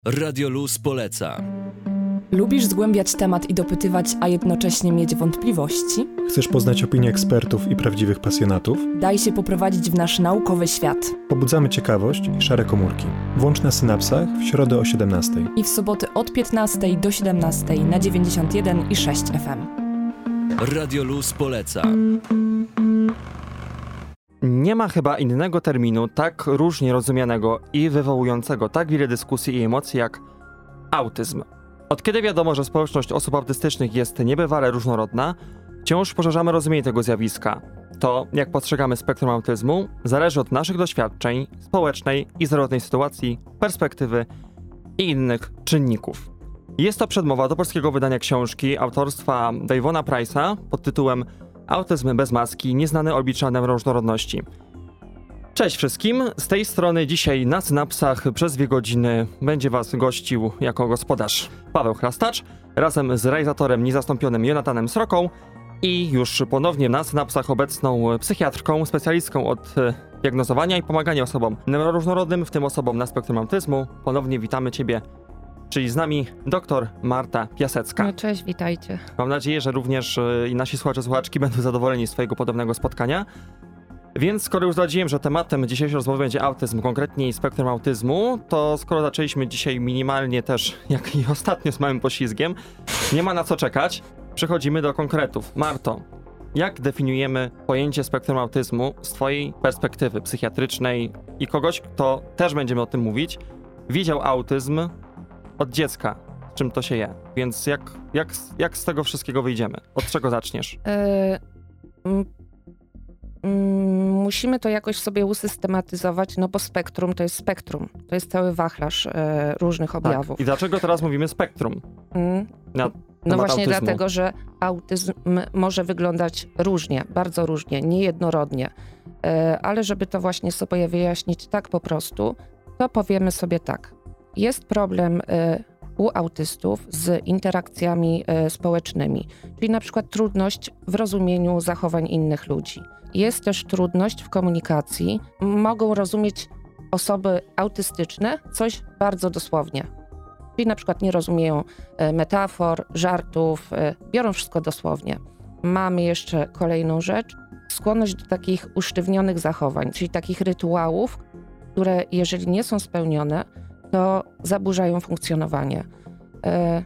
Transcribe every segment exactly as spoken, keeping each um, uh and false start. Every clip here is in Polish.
Radio Luz poleca. Lubisz zgłębiać temat i dopytywać, a jednocześnie mieć wątpliwości? Chcesz poznać opinie ekspertów i prawdziwych pasjonatów? Daj się poprowadzić w nasz naukowy świat. Pobudzamy ciekawość i szare komórki. Włącz na synapsach w środę o siedemnastej. I w soboty od piętnastej do siedemnastej na dziewięćdziesiąt jeden i sześć F M. Radio Luz poleca. Nie ma chyba innego terminu tak różnie rozumianego i wywołującego tak wiele dyskusji i emocji jak autyzm. Od kiedy wiadomo, że społeczność osób autystycznych jest niebywale różnorodna, wciąż poszerzamy rozumienie tego zjawiska. To, jak postrzegamy spektrum autyzmu, zależy od naszych doświadczeń, społecznej i zdrowotnej sytuacji, perspektywy i innych czynników. Jest to przedmowa do polskiego wydania książki autorstwa Davona Price'a pod tytułem Autyzm bez maski, nieznany obliczalem różnorodności. Cześć wszystkim, z tej strony dzisiaj na synapsach przez dwie godziny będzie was gościł jako gospodarz Paweł Chrastacz, razem z realizatorem niezastąpionym Jonatanem Sroką i już ponownie na synapsach obecną psychiatrką, specjalistką od diagnozowania i pomagania osobom neuroróżnorodnym, w tym osobom na spektrum autyzmu. Ponownie witamy ciebie, czyli z nami dr Marta Piasecka. No cześć, witajcie. Mam nadzieję, że również i nasi słuchacze, słuchaczki będą zadowoleni z twojego podobnego spotkania. Więc skoro już zdradziłem, że tematem dzisiejszej rozmowy będzie autyzm, konkretnie spektrum autyzmu, to skoro zaczęliśmy dzisiaj minimalnie też, jak i ostatnio z małym poślizgiem, nie ma na co czekać, przechodzimy do konkretów. Marto, jak definiujemy pojęcie spektrum autyzmu z twojej perspektywy psychiatrycznej i kogoś, kto, też będziemy o tym mówić, widział autyzm od dziecka, z czym to się je? Więc jak, jak, jak z tego wszystkiego wyjdziemy? Od czego zaczniesz? Yy, m- m- musimy to jakoś sobie usystematyzować, no bo spektrum to jest spektrum. To jest cały wachlarz yy, różnych objawów. Tak. I dlaczego teraz mówimy spektrum? Mm. Na No właśnie autyzmu. dlatego, że autyzm może wyglądać różnie, bardzo różnie, niejednorodnie. Yy, ale żeby to właśnie sobie wyjaśnić tak po prostu, to powiemy sobie tak. Jest problem y, u autystów z interakcjami y, społecznymi, czyli na przykład trudność w rozumieniu zachowań innych ludzi. Jest też trudność w komunikacji. Mogą rozumieć osoby autystyczne coś bardzo dosłownie. Czyli na przykład nie rozumieją y, metafor, żartów, y, biorą wszystko dosłownie. Mamy jeszcze kolejną rzecz, skłonność do takich usztywnionych zachowań, czyli takich rytuałów, które jeżeli nie są spełnione, to zaburzają funkcjonowanie. E,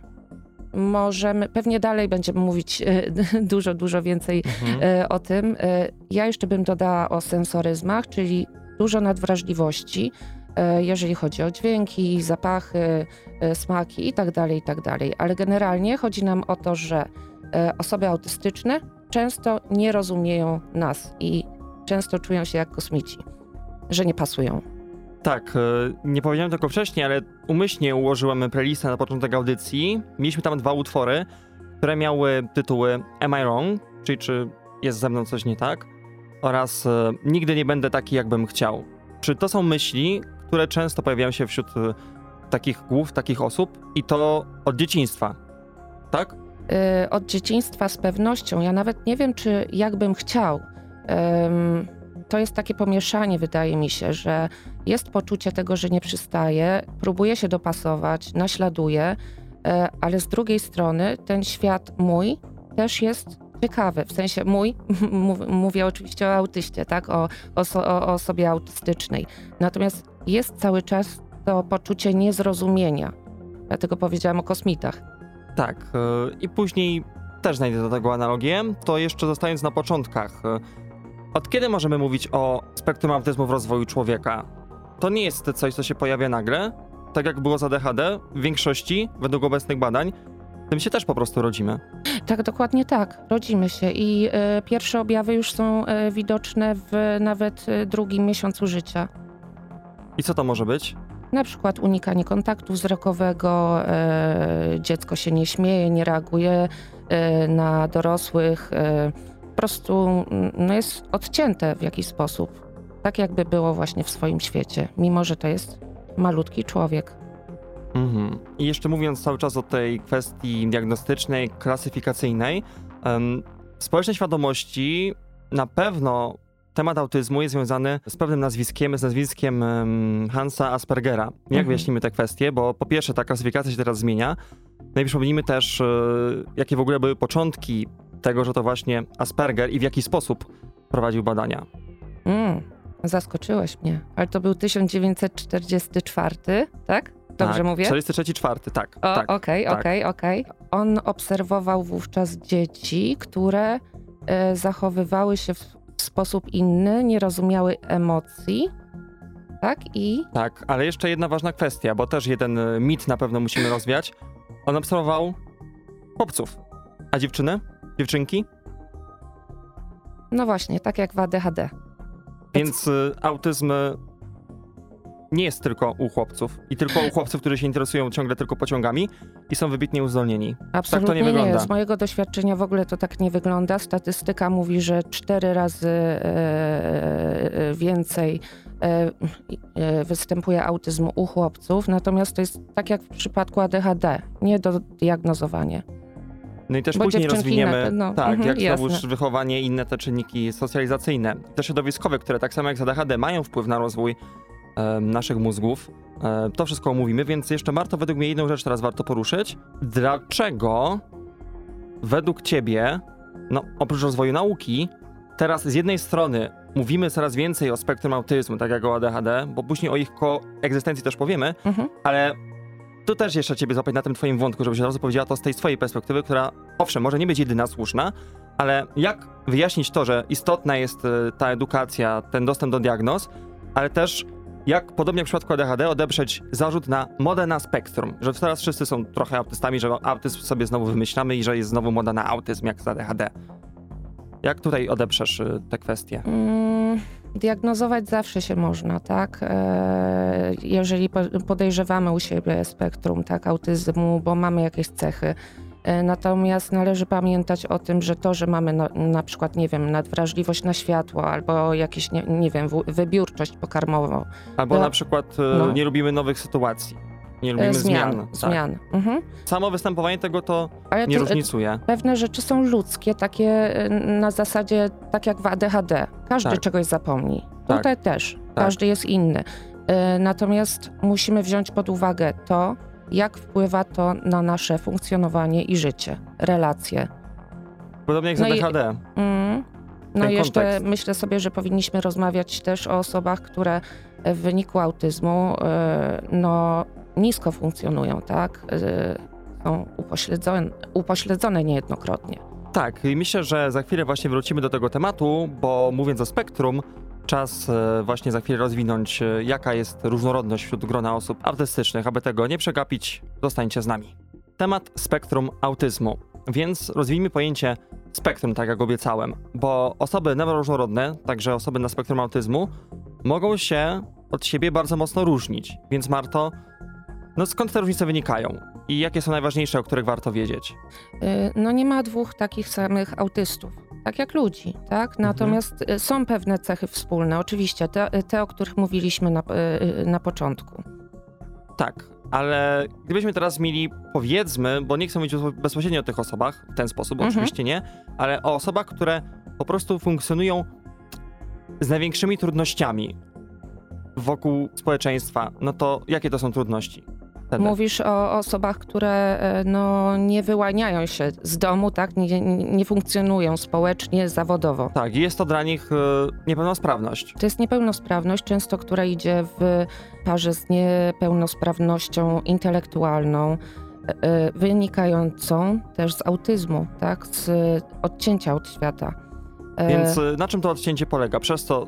możemy, pewnie dalej będziemy mówić e, dużo, dużo więcej mhm. e, o tym. E, ja jeszcze bym dodała o sensoryzmach, czyli dużo nadwrażliwości, e, jeżeli chodzi o dźwięki, zapachy, e, smaki i tak dalej, i tak dalej. Ale generalnie chodzi nam o to, że e, osoby autystyczne często nie rozumieją nas i często czują się jak kosmici, że nie pasują. Tak, nie powiedziałem tego wcześniej, ale umyślnie ułożyłem playlistę na początek audycji. Mieliśmy tam dwa utwory, które miały tytuły Am I Wrong, czyli czy jest ze mną coś nie tak, oraz Nigdy nie będę taki, jakbym chciał. Czy to są myśli, które często pojawiają się wśród takich głów, takich osób i to od dzieciństwa, tak? Yy, od dzieciństwa z pewnością. Ja nawet nie wiem, czy jakbym chciał. Ym... To jest takie pomieszanie, wydaje mi się, że jest poczucie tego, że nie przystaje, próbuje się dopasować, naśladuje, ale z drugiej strony ten świat mój też jest ciekawy. W sensie mój, mówię oczywiście o autyście, tak? o, o, o osobie autystycznej. Natomiast jest cały czas to poczucie niezrozumienia. Dlatego powiedziałam o kosmitach. Tak. I później też znajdę do tego analogię. To jeszcze zostając na początkach. Od kiedy możemy mówić o spektrum autyzmu w rozwoju człowieka? To nie jest coś, co się pojawia nagle, tak jak było z A D H D, w większości, według obecnych badań, tym się też po prostu rodzimy. Tak, dokładnie tak. Rodzimy się i y, pierwsze objawy już są y, widoczne w nawet y, drugim miesiącu życia. I co to może być? Na przykład unikanie kontaktu wzrokowego, y, dziecko się nie śmieje, nie reaguje y, na dorosłych, y, po prostu no jest odcięte w jakiś sposób. Tak jakby było właśnie w swoim świecie, mimo że to jest malutki człowiek. Mhm. I jeszcze mówiąc cały czas o tej kwestii diagnostycznej, klasyfikacyjnej, um, społeczne świadomości na pewno temat autyzmu jest związany z pewnym nazwiskiem, z nazwiskiem um, Hansa Aspergera. Jak Mhm. wyjaśnimy te kwestie? Bo po pierwsze ta klasyfikacja się teraz zmienia. No i przypomnijmy też, e, jakie w ogóle były początki tego, że to właśnie Asperger i w jaki sposób prowadził badania. Mm, zaskoczyłeś mnie. Ale to był tysiąc dziewięćset czterdziesty czwarty, tak? Dobrze tak, mówię? czterdziesty trzeci, czwarty, tak. O, tak. okej, tak. okej, okej. On obserwował wówczas dzieci, które e, zachowywały się w, w sposób inny, nie rozumiały emocji, tak? I Tak, ale jeszcze jedna ważna kwestia, bo też jeden e, mit na pewno musimy rozwiać. On obserwował chłopców. A dziewczyny? Dziewczynki? no właśnie, tak jak w A D H D. Więc y, autyzm y, nie jest tylko u chłopców i tylko u chłopców, którzy się interesują ciągle tylko pociągami i są wybitnie uzdolnieni. Absolutnie nie wygląda. Z mojego doświadczenia w ogóle to tak nie wygląda. Statystyka mówi, że cztery razy e, e, więcej e, e, występuje autyzm u chłopców, natomiast to jest tak jak w przypadku A D H D, nie do diagnozowanie. No i też Bo później dziewczynki rozwiniemy, na- no, tak, mhm, jak znowuż jasne. wychowanie i inne te czynniki socjalizacyjne, też środowiskowe, które tak samo jak z A D H D mają wpływ na rozwój e, naszych mózgów. E, to wszystko omówimy, więc jeszcze warto według mnie jedną rzecz teraz warto poruszyć. Dlaczego według ciebie, no oprócz rozwoju nauki, teraz z jednej strony mówimy coraz więcej o spektrum autyzmu, tak jak o A D H D, bo później o ich koegzystencji też powiemy, Mhm. ale tu też jeszcze ciebie złapać na tym twoim wątku, żebyś od razu powiedziała to z tej swojej perspektywy, która owszem, może nie być jedyna słuszna, ale jak wyjaśnić to, że istotna jest y, ta edukacja, ten dostęp do diagnoz, ale też jak, podobnie jak w przypadku A D H D, odeprzeć zarzut na modę na spektrum, że teraz wszyscy są trochę autystami, że autyzm sobie znowu wymyślamy i że jest znowu moda na autyzm jak z A D H D. Jak tutaj odeprzesz y, te kwestie? Mm, diagnozować zawsze się można, tak? E, jeżeli po- podejrzewamy u siebie spektrum, tak, autyzmu, bo mamy jakieś cechy. E, natomiast należy pamiętać o tym, że to, że mamy na, na przykład, nie wiem, nadwrażliwość na światło albo jakieś, nie, nie wiem, w- wybiórczość pokarmową, Albo no, na przykład y, no. nie lubimy nowych sytuacji, nie e, lubimy zmian. zmian. Tak. zmian. Mhm. Samo występowanie tego to Ale nie to, różnicuje. pewne rzeczy są ludzkie, takie e, na zasadzie, tak jak w A D H D. Każdy Tak. czegoś zapomni. Tak. Tutaj też. Tak. Każdy jest inny. E, Natomiast musimy wziąć pod uwagę to, jak wpływa to na nasze funkcjonowanie i życie, relacje. Podobnie jak z No i- A D H D. Mm. No Ten i jeszcze kontekst. myślę sobie, że powinniśmy rozmawiać też o osobach, które w wyniku autyzmu e, no, nisko funkcjonują, tak? E, Są upośledzone, upośledzone niejednokrotnie. Tak, i myślę, że za chwilę właśnie wrócimy do tego tematu, bo mówiąc o spektrum, czas e, właśnie za chwilę rozwinąć, e, jaka jest różnorodność wśród grona osób autystycznych. Aby tego nie przegapić, zostańcie z nami. Temat spektrum autyzmu. Więc rozwijmy pojęcie spektrum, tak jak obiecałem, bo osoby neuroróżnorodne, także osoby na spektrum autyzmu, mogą się od siebie bardzo mocno różnić. Więc Marto, no skąd te różnice wynikają? I jakie są najważniejsze, o których warto wiedzieć? Y, No nie ma dwóch takich samych autystów, tak jak ludzi, tak? Natomiast y, są pewne cechy wspólne, oczywiście, te, te o których mówiliśmy na, y, na początku. Tak, ale gdybyśmy teraz mieli, powiedzmy, bo nie chcę mówić bezpośrednio o tych osobach w ten sposób, Mhm. oczywiście nie, ale o osobach, które po prostu funkcjonują z największymi trudnościami wokół społeczeństwa, no to jakie to są trudności? Wtedy? Mówisz o osobach, które e, no, nie wyłaniają się z domu, tak? Nie, nie, nie funkcjonują społecznie, zawodowo. Tak, i jest to dla nich y, niepełnosprawność. To jest niepełnosprawność, często która idzie w parze z niepełnosprawnością intelektualną, e, wynikającą też z autyzmu, tak? Z odcięcia od świata. E, Więc y, na czym to odcięcie polega? Przez to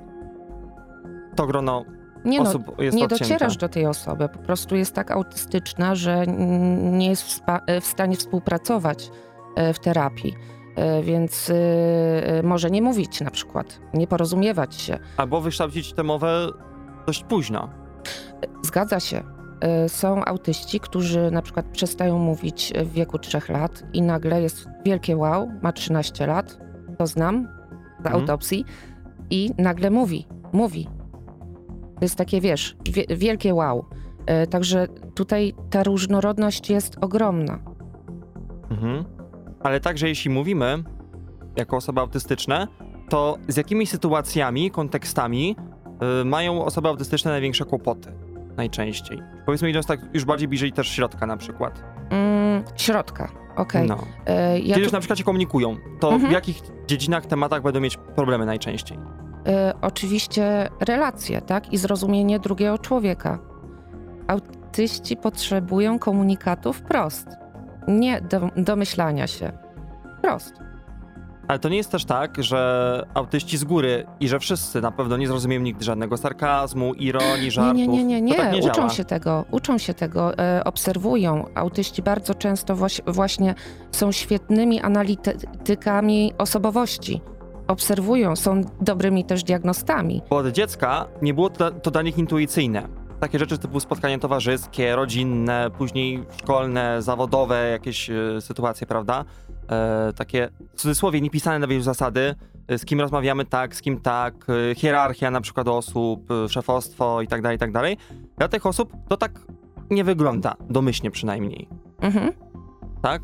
to grono nie no, osób jest nie odcięte. docierasz do tej osoby, po prostu jest tak autystyczna, że n- nie jest w, spa- w stanie współpracować e, w terapii. E, Więc e, może nie mówić na przykład, nie porozumiewać się. Albo wykształcić tę mowę dość późno. Zgadza się. E, Są autyści, którzy na przykład przestają mówić w wieku trzech lat i nagle jest wielkie wow, ma trzynaście lat, to znam z Mhm. autopsji i nagle mówi, mówi. To jest takie, wiesz, wie, wielkie wow. E, Także tutaj ta różnorodność jest ogromna. Mhm. Ale także jeśli mówimy, jako osoby autystyczne, to z jakimi sytuacjami, kontekstami y, mają osoby autystyczne największe kłopoty najczęściej? Powiedzmy, idąc tak już bardziej bliżej też środka na przykład. Mm, środka, okej. No. E, ja Kiedy już tu- na przykład się komunikują, to Mhm. w jakich dziedzinach, tematach będą mieć problemy najczęściej? E, oczywiście relacje, tak? I zrozumienie drugiego człowieka. Autyści potrzebują komunikatu wprost, nie do, domyślania się. Wprost. Ale to nie jest też tak, że autyści z góry i że wszyscy na pewno nie zrozumieją nigdy żadnego sarkazmu, ironii, żartów. Nie, nie, nie, nie, To tak nie. nie uczą działa. się tego, uczą się tego, e, obserwują. Autyści bardzo często właś, właśnie są świetnymi analitykami osobowości. Obserwują, są dobrymi też diagnostami. Bo od dziecka nie było to, to dla nich intuicyjne. Takie rzeczy typu spotkania towarzyskie, rodzinne, później szkolne, zawodowe, jakieś e, sytuacje, prawda? E, takie w cudzysłowie niepisane na wielu zasady, e, z kim rozmawiamy tak, z kim tak, e, hierarchia na przykład osób, e, szefostwo i tak dalej, i tak dalej. Dla tych osób to tak nie wygląda, domyślnie przynajmniej, Mhm. tak?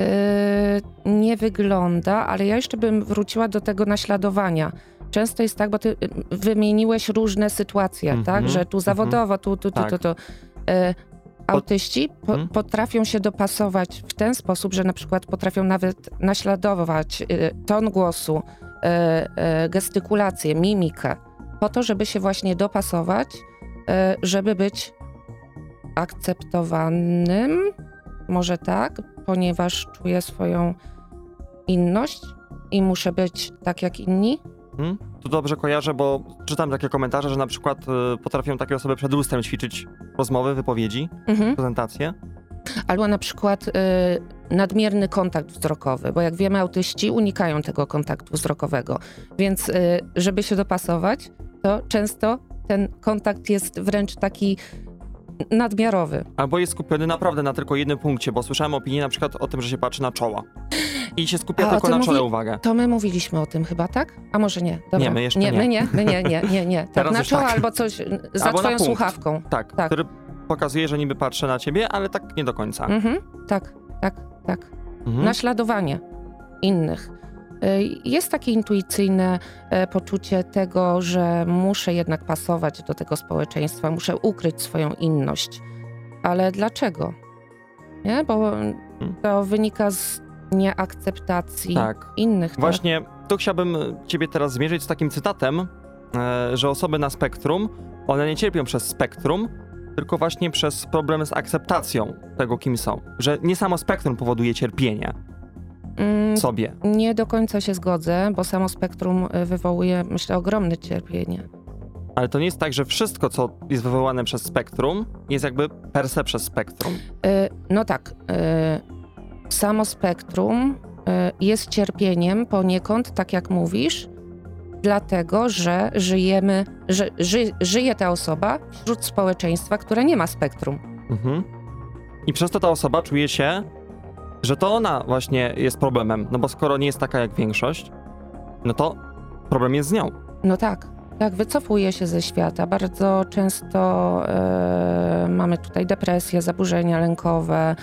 Yy, nie wygląda, ale ja jeszcze bym wróciła do tego naśladowania. Często jest tak, bo ty y, wymieniłeś różne sytuacje, Mhm, tak? Że tu zawodowo, tu, tu, tu, Tak. tu, tu. Yy, autyści po, Mhm. potrafią się dopasować w ten sposób, że na przykład potrafią nawet naśladować yy, ton głosu, yy, yy, gestykulację, mimikę, po to, żeby się właśnie dopasować, yy, żeby być akceptowanym, może tak, ponieważ czuję swoją inność i muszę być tak jak inni. Hmm? To dobrze kojarzę, bo czytam takie komentarze, że na przykład e, potrafią takie osoby przed lustrem ćwiczyć rozmowy, wypowiedzi, Mhm. prezentacje. Albo na przykład y, nadmierny kontakt wzrokowy, bo jak wiemy, autyści unikają tego kontaktu wzrokowego. Więc y, żeby się dopasować, to często ten kontakt jest wręcz taki nadmiarowy. Albo jest skupiony naprawdę na tylko jednym punkcie, bo słyszałem opinię na przykład o tym, że się patrzy na czoła. I się skupia A, o tylko tym na czole, mówi- uwagę. To my mówiliśmy o tym chyba, tak? A może nie? Dobra. Nie, my jeszcze nie. nie. My nie, my nie, nie, nie, nie. Tak, Teraz na już czoło tak. albo coś y, za Albo na twoją punkt. słuchawką. Tak, tak. który pokazuje, że niby patrzę na ciebie, ale tak nie do końca. Mhm. Tak, tak, tak. Mhm. Naśladowanie innych. Y, Jest takie intuicyjne e, poczucie tego, że muszę jednak pasować do tego społeczeństwa, muszę ukryć swoją inność. Ale dlaczego? Nie? Bo to wynika z nieakceptacji Tak. innych. Właśnie tu chciałbym ciebie teraz zmierzyć z takim cytatem, e, że osoby na spektrum, one nie cierpią przez spektrum, tylko właśnie przez problem z akceptacją tego, kim są. Że nie samo spektrum powoduje cierpienie Mm, sobie. Nie do końca się zgodzę, bo samo spektrum y, wywołuje, myślę, ogromne cierpienie. Ale to nie jest tak, że wszystko, co jest wywołane przez spektrum, jest jakby per se przez spektrum. Y, No tak, y, samo spektrum y, jest cierpieniem poniekąd, tak jak mówisz, dlatego, że żyjemy, że ży, żyje ta osoba wśród społeczeństwa, które nie ma spektrum. Mhm. I przez to ta osoba czuje się, że to ona właśnie jest problemem. No bo skoro nie jest taka jak większość, no to problem jest z nią. No tak, tak, wycofuje się ze świata. Bardzo często e, mamy tutaj depresję, zaburzenia lękowe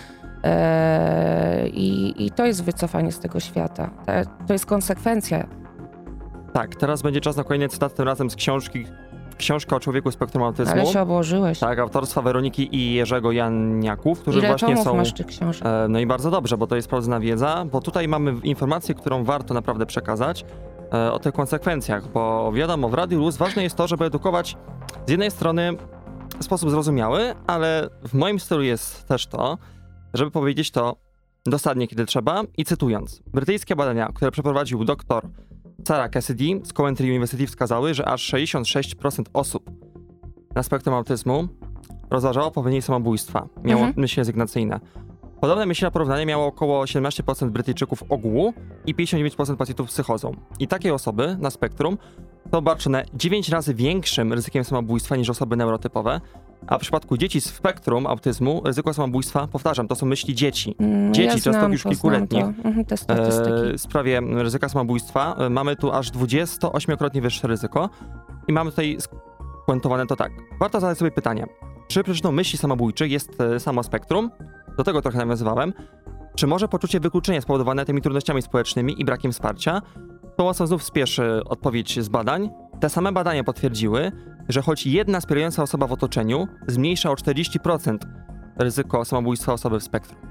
e, i, i to jest wycofanie z tego świata. Te, to jest konsekwencja. Tak, teraz będzie czas na kolejny cytat, tym razem z książki, książka o człowieku spektrum autyzmu. Ale się obłożyłeś. Tak, autorstwa Weroniki i Jerzego Janiaków, którzy Ile właśnie tomów są... masz tych książek? E, No i bardzo dobrze, bo to jest sprawdzona wiedza, bo tutaj mamy informację, którą warto naprawdę przekazać e, o tych konsekwencjach, bo wiadomo, w Radiu Luz ważne jest to, żeby edukować z jednej strony w sposób zrozumiały, ale w moim stylu jest też to, żeby powiedzieć to dosadnie, kiedy trzeba i cytując. Brytyjskie badania, które przeprowadził doktor Sarah Cassidy z Coventry University wskazały, że aż sześćdziesiąt sześć procent osób na spektrum autyzmu rozważało popełnienie samobójstwa. Miało Mhm. myśli rezygnacyjne. Podobne myśli na porównanie miało około siedemnaście procent Brytyjczyków ogółu i pięćdziesiąt dziewięć procent pacjentów z psychozą. I takie osoby na spektrum są obarczone dziewięć razy większym ryzykiem samobójstwa niż osoby neurotypowe, a w przypadku dzieci z spektrum autyzmu ryzyko samobójstwa, powtarzam, to są myśli dzieci. Mm, dzieci, ja często znam już to, kilkuletnich. znam to. Mhm, te statystyki. E, w sprawie ryzyka samobójstwa e, mamy tu aż dwudziestoośmiokrotnie wyższe ryzyko i mamy tutaj spuentowane to tak. Warto zadać sobie pytanie, czy przyczyną myśli samobójczych jest e, samo spektrum? Do tego trochę nawiązywałem. Czy może poczucie wykluczenia spowodowane tymi trudnościami społecznymi i brakiem wsparcia? Tłumacą znów spieszy odpowiedź z badań. Te same badania potwierdziły, że choć jedna wspierająca osoba w otoczeniu zmniejsza o czterdzieści procent ryzyko samobójstwa osoby w spektrum.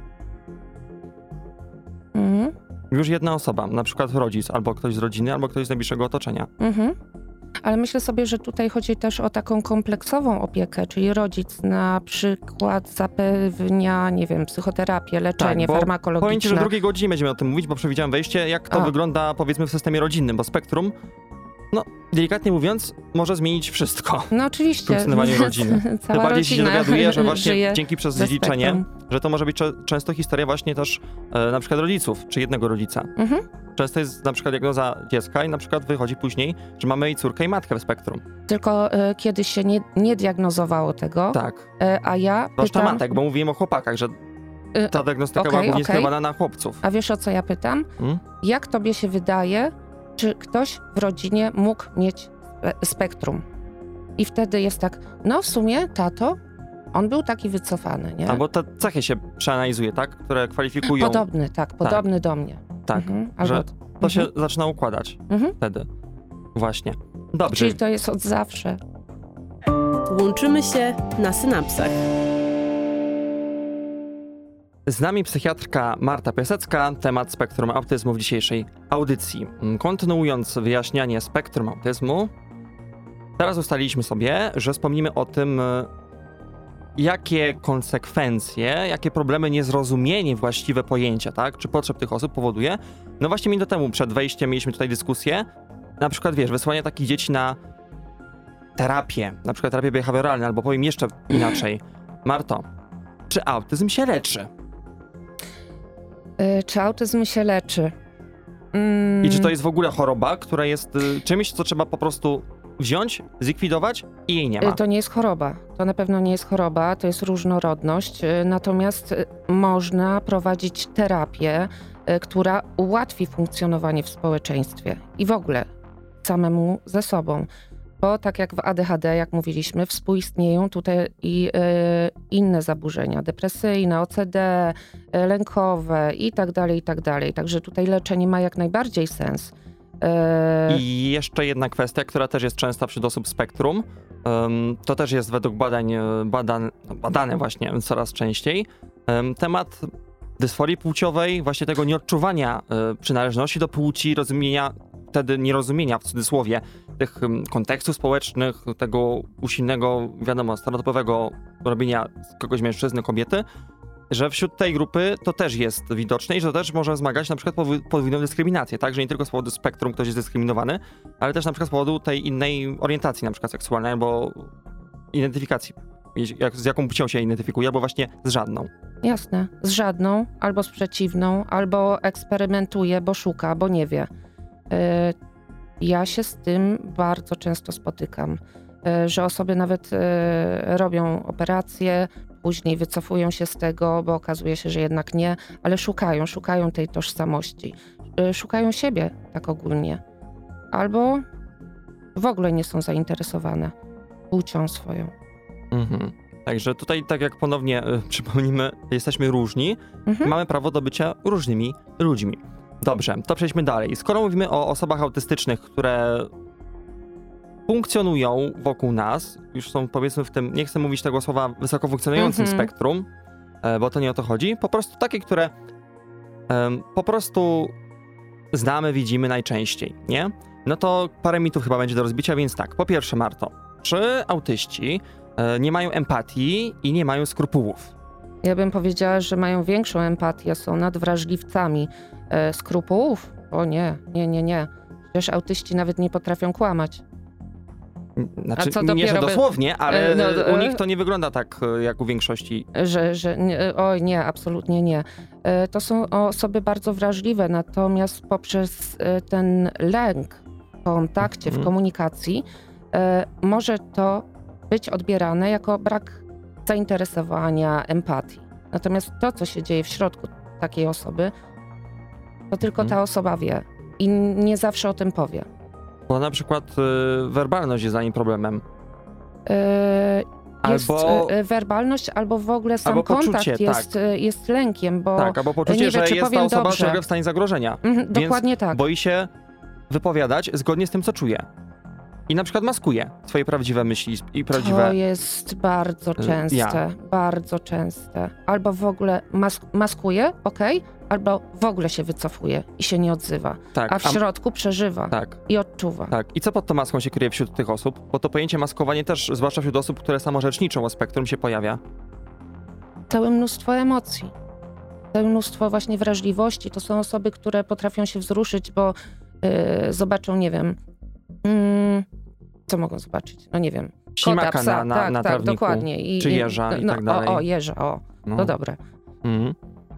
Mhm. Już jedna osoba, na przykład rodzic, albo ktoś z rodziny, albo ktoś z najbliższego otoczenia. Mhm. Ale myślę sobie, że tutaj chodzi też o taką kompleksową opiekę, czyli rodzic na przykład zapewnia, nie wiem, psychoterapię, leczenie bo Powiem ci, że w farmakologiczne. drugiej godzinie będziemy o tym mówić, bo przewidziałem wejście, jak to A. wygląda, powiedzmy, w systemie rodzinnym, bo spektrum, no, delikatnie mówiąc, może zmienić wszystko No w oczywiście. funkcjonowaniu rodziny. Tym Cała bardziej się rodzina dowiaduje, że właśnie żyje dzięki przez ze dziedziczenie, spektrum. że to może być cze- często historia właśnie też e, na przykład rodziców, czy jednego rodzica. Mhm. Często jest na przykład diagnoza dziecka i na przykład wychodzi później, że mamy i córkę, i matkę w spektrum. Tylko e, kiedyś się nie, nie diagnozowało tego, Tak. e, a ja Zwłaszcza pytam... matek, bo mówiłem o chłopakach, że E, ta diagnostyka okej, była głównie okej. skierowana na chłopców. A wiesz, o co ja pytam? Hmm? Jak tobie się wydaje, czy ktoś w rodzinie mógł mieć spe- spektrum? I wtedy jest tak, no w sumie tato, on był taki wycofany, nie? Albo te cechy się przeanalizuje, tak? Które kwalifikują, Podobny, tak, podobny do mnie. tak, Mhm, że albo... to się Mhm. zaczyna układać Mhm. wtedy. Właśnie. Dobrze. Czyli to jest od zawsze. Łączymy się na synapsach. Z nami psychiatrka Marta Piasecka, temat spektrum autyzmu w dzisiejszej audycji. Kontynuując wyjaśnianie spektrum autyzmu, teraz ustaliliśmy sobie, że wspomnimy o tym, jakie konsekwencje, jakie problemy niezrozumienie właściwe pojęcia, tak, czy potrzeb tych osób powoduje. No właśnie minutę temu przed wejściem mieliśmy tutaj dyskusję, na przykład, wiesz, wysłanie takich dzieci na terapię, na przykład terapię behawioralną, albo powiem jeszcze inaczej. Marto, czy autyzm się leczy? Y, czy autyzm się leczy? Mm, I czy to jest w ogóle choroba, która jest y, czymś, co trzeba po prostu wziąć, zlikwidować i jej nie ma? y, To nie jest choroba. To na pewno nie jest choroba, to jest różnorodność. y, Natomiast y, można prowadzić terapię, y, która ułatwi funkcjonowanie w społeczeństwie i w ogóle samemu ze sobą. Bo tak jak w A D H D, jak mówiliśmy, współistnieją tutaj i y, inne zaburzenia depresyjne, O C D, y, lękowe i tak dalej, i tak dalej. Także tutaj leczenie ma jak najbardziej sens. Y, I jeszcze jedna kwestia, która też jest częsta wśród osób spektrum, ym, to też jest według badań y, badan, badane właśnie coraz częściej, ym, temat dysforii płciowej, właśnie tego nieodczuwania y, przynależności do płci, rozumienia, wtedy nierozumienia w cudzysłowie tych ym, kontekstów społecznych, tego usilnego, wiadomo, stereotypowego robienia z kogoś mężczyzny, kobiety, że wśród tej grupy to też jest widoczne i że to też może wzmagać na przykład powi- podwójną dyskryminację, tak? Że nie tylko z powodu spektrum ktoś jest dyskryminowany, ale też na przykład z powodu tej innej orientacji, na przykład seksualnej, albo identyfikacji, jak, z jaką płcią się identyfikuje, albo właśnie z żadną. Jasne. Z żadną, albo z przeciwną, albo eksperymentuje, bo szuka, bo nie wie. Y, Ja się z tym bardzo często spotykam, y, że osoby nawet y, robią operacje, później wycofują się z tego, bo okazuje się, że jednak nie, ale szukają, szukają tej tożsamości. Y, Szukają siebie tak ogólnie. Albo w ogóle nie są zainteresowane płcią swoją. Mhm. Także tutaj, tak jak ponownie y, przypomnimy, jesteśmy różni Mhm. i mamy prawo do bycia różnymi ludźmi. Dobrze, to przejdźmy dalej. Skoro mówimy o osobach autystycznych, które funkcjonują wokół nas, już są powiedzmy w tym, nie chcę mówić tego słowa wysoko funkcjonującym Mhm. spektrum, e, bo to nie o to chodzi, po prostu takie, które em, po prostu znamy, widzimy najczęściej, nie? No to parę mitów chyba będzie do rozbicia, więc tak, po pierwsze, Marto, czy autyści e, nie mają empatii i nie mają skrupułów? Ja bym powiedziała, że mają większą empatię, są nadwrażliwcami. E, skrupułów? O nie, nie, nie, nie. Przecież autyści nawet nie potrafią kłamać. Znaczy, A co nie, że dopiero by- dosłownie, ale E, no, e, u e- nich to nie wygląda tak, e, jak u większości. Że, że nie, oj nie, absolutnie nie. E, To są osoby bardzo wrażliwe, natomiast poprzez e, ten lęk w kontakcie, w Mhm. komunikacji e, może to być odbierane jako brak zainteresowania, empatii. Natomiast to, co się dzieje w środku takiej osoby, to tylko Mhm. ta osoba wie i nie zawsze o tym powie. Bo na przykład e, werbalność jest za nim problemem. E, Jest Albo, e, werbalność, albo w ogóle sam albo kontakt poczucie, jest, e, jest lękiem, bo tak, albo poczucie, nie wie, że czy jest ta powiem osoba dobrze. ciągle w stanie zagrożenia. Mhm, dokładnie tak. Boi się wypowiadać zgodnie z tym, co czuje. I na przykład maskuje swoje prawdziwe myśli i prawdziwe... To jest bardzo częste, ja. bardzo częste. Albo w ogóle mask maskuje, okej, okay, albo w ogóle się wycofuje i się nie odzywa. Tak, a w środku przeżywa tak, i odczuwa. Tak. I co pod tą maską się kryje wśród tych osób? Bo to pojęcie maskowanie też, zwłaszcza wśród osób, które samorzeczniczą o spektrum, się pojawia. Całe mnóstwo emocji. Całe mnóstwo właśnie wrażliwości. To są osoby, które potrafią się wzruszyć, bo yy, zobaczą, nie wiem... Yy, co mogą zobaczyć? No nie wiem. Ślimaka kota, psa, na, na, tak, na tak, trawniku, dokładnie. I, czy jeża no, i tak dalej. O, o jeża, o. No. To dobre. Mhm.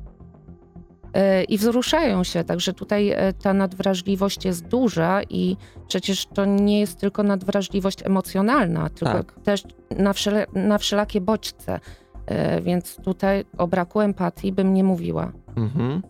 Yy, I wzruszają się, także tutaj yy, ta nadwrażliwość jest duża i przecież to nie jest tylko nadwrażliwość emocjonalna, tylko Tak. też na, wszel na wszelakie bodźce. Yy, więc tutaj o braku empatii bym nie mówiła. Mhm.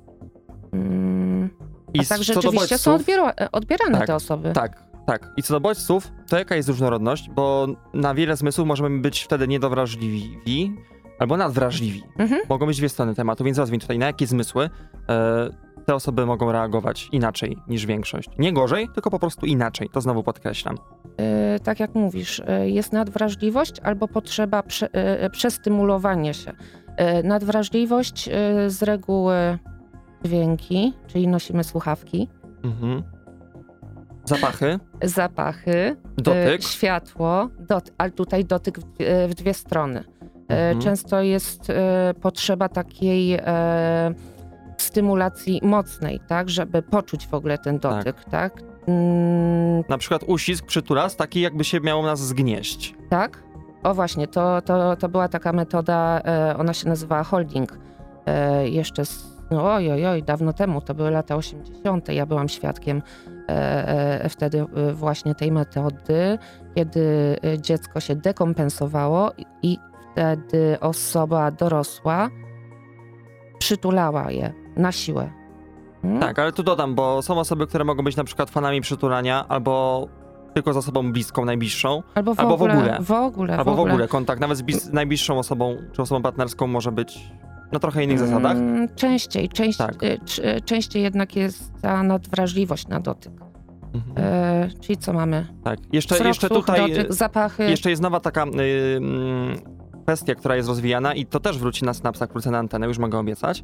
Mm. I A tak co do rzeczywiście są bodźców- odbiera odbierane Tak, te osoby. Tak, tak. I co do bodźców, to jaka jest różnorodność? Bo na wiele zmysłów możemy być wtedy niedowrażliwi albo nadwrażliwi. Mhm. Mogą być dwie strony tematu, więc rozwiń tutaj, na jakie zmysły e, te osoby mogą reagować inaczej niż większość. Nie gorzej, tylko po prostu inaczej. To znowu podkreślam. Yy, tak jak mówisz, yy, jest nadwrażliwość albo potrzeba prze, yy, przestymulowania się. Yy, nadwrażliwość yy, z reguły dźwięki, czyli nosimy słuchawki, Mhm. Zapachy, zapachy, dotyk. yy, światło, dot, ale tutaj dotyk w, yy, w dwie strony. Yy, Mhm. Często jest yy, potrzeba takiej yy, stymulacji mocnej, tak, żeby poczuć w ogóle ten dotyk, tak? Mm, Na przykład uścisk, przytulas, taki jakby się miało nas zgnieść. Tak? O właśnie, to, to, to była taka metoda, e, ona się nazywała holding. E, jeszcze, z, no oj, oj, oj, dawno temu, to były lata osiemdziesiąte. Ja byłam świadkiem e, e, wtedy e, właśnie tej metody, kiedy e, dziecko się dekompensowało i, i wtedy osoba dorosła przytulała je na siłę. Hmm? Tak, ale tu dodam, bo są osoby, które mogą być na przykład fanami przytulania albo tylko z osobą bliską, najbliższą, Albo w albo w ogóle. ogóle. W ogóle, albo w ogóle. w ogóle kontakt, nawet z blis- najbliższą osobą czy osobą partnerską może być na trochę innych zasadach. Mm, Częściej, część, Tak. y, c- y, częściej jednak jest ta nadwrażliwość na dotyk. Mhm. E, czyli co mamy? Tak, jeszcze, Wzrok, jeszcze słuch, tutaj dotyk, zapachy. jeszcze jest nowa taka y, mm, kwestia, która jest rozwijana i to też wróci na synapsach, wrócę na antenę, już mogę obiecać,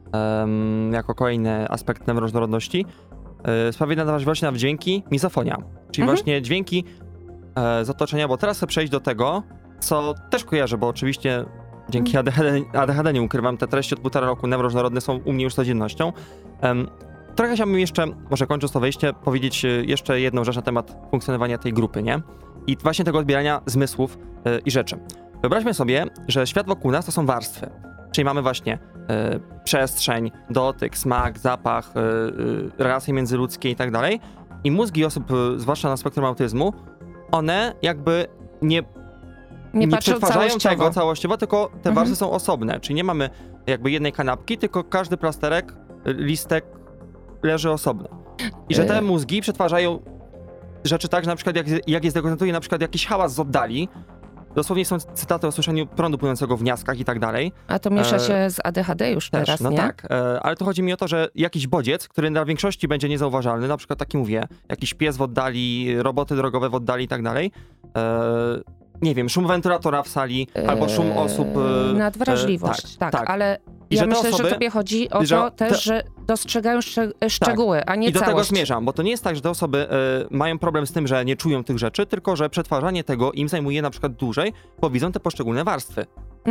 um, jako kolejny aspekt różnorodności. Y, sprawie nadwrażliwości na dźwięki, mizofonia, czyli Mhm. właśnie dźwięki e, z otoczenia, bo teraz chcę przejść do tego, co też kojarzę, bo oczywiście dzięki A D H D, A D H D nie ukrywam, te treści od półtora roku neuroróżnorodne są u mnie już codziennością. Um, trochę chciałbym jeszcze, może kończąc to wejście, powiedzieć y, jeszcze jedną rzecz na temat funkcjonowania tej grupy, nie? I właśnie tego odbierania zmysłów y, i rzeczy. Wyobraźmy sobie, że świat wokół nas to są warstwy. Czyli mamy właśnie y, przestrzeń, dotyk, smak, zapach, y, y, relacje międzyludzkie i tak dalej. I mózgi osób, y, zwłaszcza na spektrum autyzmu, one jakby nie, nie nie patrzą przetwarzają całościowo. tego całościowo, tylko te Mhm. warstwy są osobne. Czyli nie mamy jakby jednej kanapki, tylko każdy plasterek, y, listek leży osobno. I że te Y- mózgi przetwarzają rzeczy tak, że na przykład jak, jak je zdekontuje na przykład jakiś hałas z oddali, dosłownie są cytaty o słyszeniu prądu płynącego w gniazdkach i tak dalej. A to miesza E, się z A D H D już Też, teraz, no nie? tak, e, ale tu chodzi mi o to, że jakiś bodziec, który dla większości będzie niezauważalny, na przykład taki mówię, jakiś pies w oddali, roboty drogowe w oddali i tak dalej, e, nie wiem, szum wentylatora w sali, albo szum osób... E, Nadwrażliwość, e, tak, tak. ale I ja że te myślę, osoby- że tobie chodzi o że to te- też, że dostrzegają szcze szczegóły, a nie I do tego całość. zmierzam, bo to nie jest tak, że te osoby e, mają problem z tym, że nie czują tych rzeczy, tylko że przetwarzanie tego im zajmuje na przykład dłużej, bo widzą te poszczególne warstwy.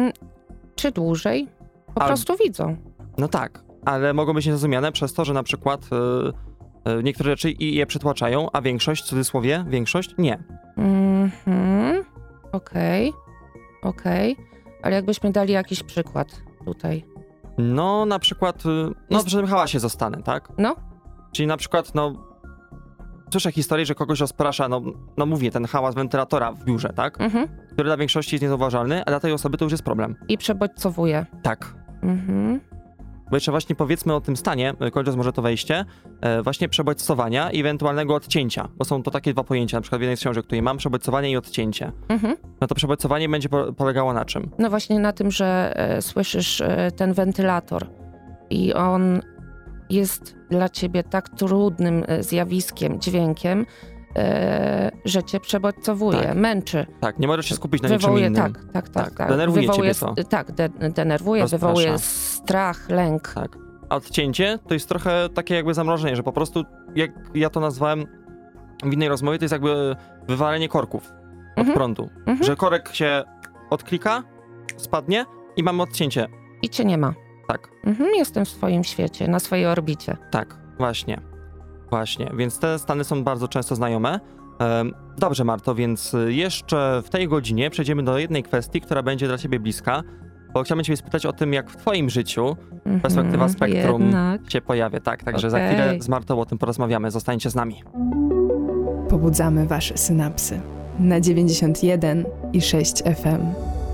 Czy dłużej? Po Al- prostu widzą. No tak, ale mogą być niezrozumiane przez to, że na przykład e, e, niektóre rzeczy i je przytłaczają, a większość, w cudzysłowie, większość nie. Mhm. Okej, okej. Ale jakbyśmy dali jakiś przykład tutaj. No na przykład, e, no Jest- przy tym hałasie zostanę, tak? No, Czyli na przykład, no słyszę historię, że kogoś rozprasza, no, no mówię, ten hałas wentylatora w biurze, tak? mhm. Który dla większości jest niezauważalny, a dla tej osoby to już jest problem. I przebodźcowuje. Tak. Mhm. Bo jeszcze właśnie powiedzmy o tym stanie, e, kończąc może to wejście, e, właśnie przebodźcowania i ewentualnego odcięcia, bo są to takie dwa pojęcia, na przykład w jednej z książek, której mam, przebodźcowanie i odcięcie. Mhm. No to przebodźcowanie będzie po polegało na czym? No właśnie na tym, że e, słyszysz e, ten wentylator i on jest dla ciebie tak trudnym e, zjawiskiem, dźwiękiem, e, że cię przebodźcowuje, Tak. męczy. Tak, nie możesz się skupić na Wywołuje, niczym innym. tak, tak, tak, Tak, tak. denerwuje wywołuje, ciebie to. Tak, de, denerwuje, Rozprasza. wywołuje strach, lęk. Tak. A odcięcie to jest trochę takie jakby zamrożenie, że po prostu, jak ja to nazwałem w innej rozmowie, to jest jakby wywalenie korków od Mhm. prądu. Mhm. Że korek się odklika, spadnie i mamy odcięcie. I cię nie ma. Tak, Mhm, jestem w swoim świecie, na swojej orbicie. tak, właśnie. Właśnie, więc te stany są bardzo często znajome. Em, Dobrze, Marto, więc jeszcze w tej godzinie przejdziemy do jednej kwestii, która będzie dla ciebie bliska, bo chciałbym ciebie spytać o tym, jak w twoim życiu Mhm, perspektywa spektrum Jednak. się pojawia, tak? Także za Okej. chwilę z Martą o tym porozmawiamy. Zostańcie z nami. Pobudzamy wasze synapsy na dziewięćdziesiąt jeden i sześć F M.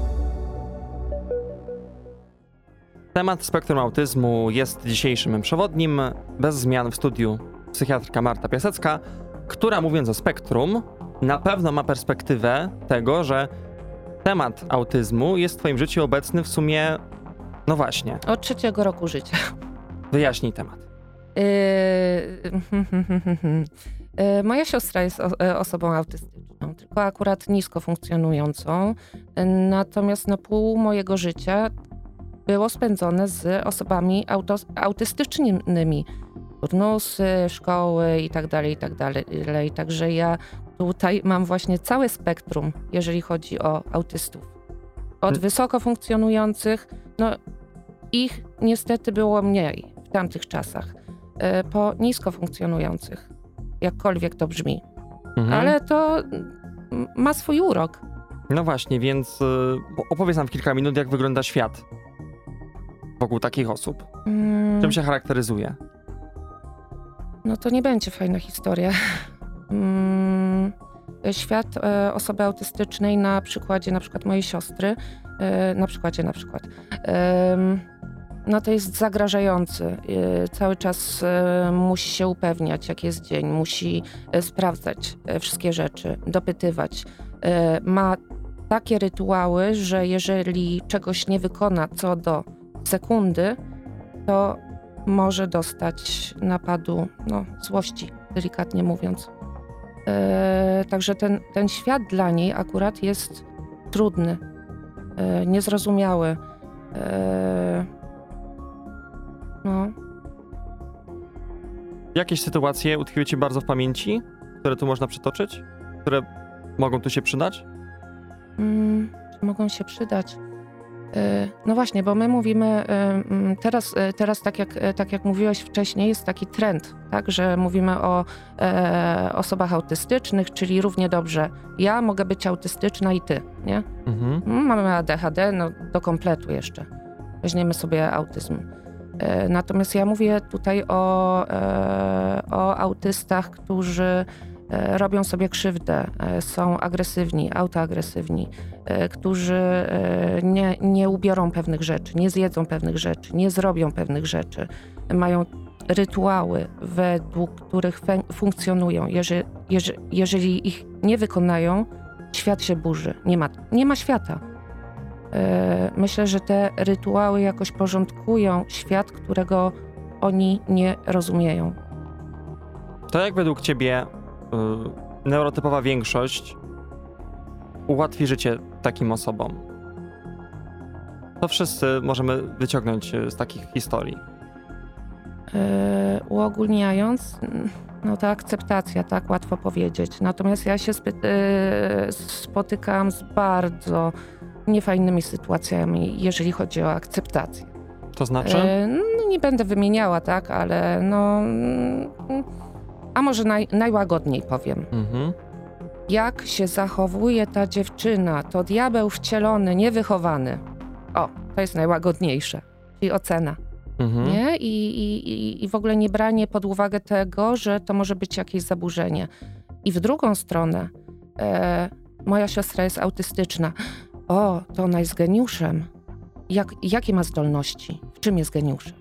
Temat spektrum autyzmu jest dzisiejszym przewodnim. Bez zmian w studiu psychiatrka Marta Piasecka, która, mówiąc o spektrum, na pewno ma perspektywę tego, że temat autyzmu jest w twoim życiu obecny w sumie, no właśnie, Od trzeciego roku życia. wyjaśnij temat. Yy, yy, Moja siostra jest o, e, osobą autystyczną, tylko akurat nisko funkcjonującą. Yy, Natomiast no, pół mojego życia było spędzone z osobami auto, autystycznymi. Turnusy, szkoły i tak dalej, i tak dalej. Także ja tutaj mam właśnie całe spektrum, jeżeli chodzi o autystów. Od Hmm. wysoko funkcjonujących, no ich niestety było mniej w tamtych czasach, e, po nisko funkcjonujących, jakkolwiek to brzmi. Mhm. Ale to mm, ma swój urok. No właśnie, więc y, opowiedz nam w kilka minut, jak wygląda świat wokół takich osób. Mm, Czym się charakteryzuje? No to nie będzie fajna historia. Mm, Świat e, osoby autystycznej na przykładzie na przykład mojej siostry, e, na przykładzie na przykład, em, no to jest zagrażający. E, Cały czas e, musi się upewniać, jak jest dzień, musi e, sprawdzać e, wszystkie rzeczy, dopytywać. E, Ma takie rytuały, że jeżeli czegoś nie wykona co do sekundy, to może dostać napadu, no, złości, delikatnie mówiąc. E, także ten, ten świat dla niej akurat jest trudny, e, niezrozumiały. E, no. Jakieś sytuacje utkwiły ci bardzo w pamięci, które tu można przytoczyć? Które mogą tu się przydać? Mm, czy mogą się przydać? E, No właśnie, bo my mówimy e, mm, teraz, e, teraz tak, jak, e, tak jak mówiłeś wcześniej, jest taki trend, tak, że mówimy o e, osobach autystycznych, czyli równie dobrze ja mogę być autystyczna i ty, nie? Mhm. Mm, Mamy A D H D, no do kompletu jeszcze. Weźmiemy sobie autyzm. E, Natomiast ja mówię tutaj o, e, o autystach, którzy e, robią sobie krzywdę, e, są agresywni, autoagresywni, e, którzy e, nie, nie ubiorą pewnych rzeczy, nie zjedzą pewnych rzeczy, nie zrobią pewnych rzeczy. Mają rytuały, według których fe- funkcjonują. Jeżeli, jeżeli, jeżeli ich nie wykonają, świat się burzy. Nie ma, nie ma świata. E, Myślę, że te rytuały jakoś porządkują świat, którego oni nie rozumieją. To jak według ciebie y, neurotypowa większość ułatwi życie takim osobom? To wszyscy możemy wyciągnąć y, z takich historii. E, Uogólniając, mm, no to akceptacja, tak łatwo powiedzieć. Natomiast ja się spy- e, spotykam z bardzo niefajnymi sytuacjami, jeżeli chodzi o akceptację. To znaczy? E, No nie będę wymieniała, tak, ale no... mm, A może naj, najłagodniej powiem. Mhm. Jak się zachowuje ta dziewczyna, to diabeł wcielony, niewychowany. O, to jest najłagodniejsze. Czyli ocena. Mhm. Nie? I, i, I w ogóle nie branie pod uwagę tego, że to może być jakieś zaburzenie. I w drugą stronę, e, moja siostra jest autystyczna. O, to ona jest geniuszem. Jak, jakie ma zdolności? W czym jest geniuszem?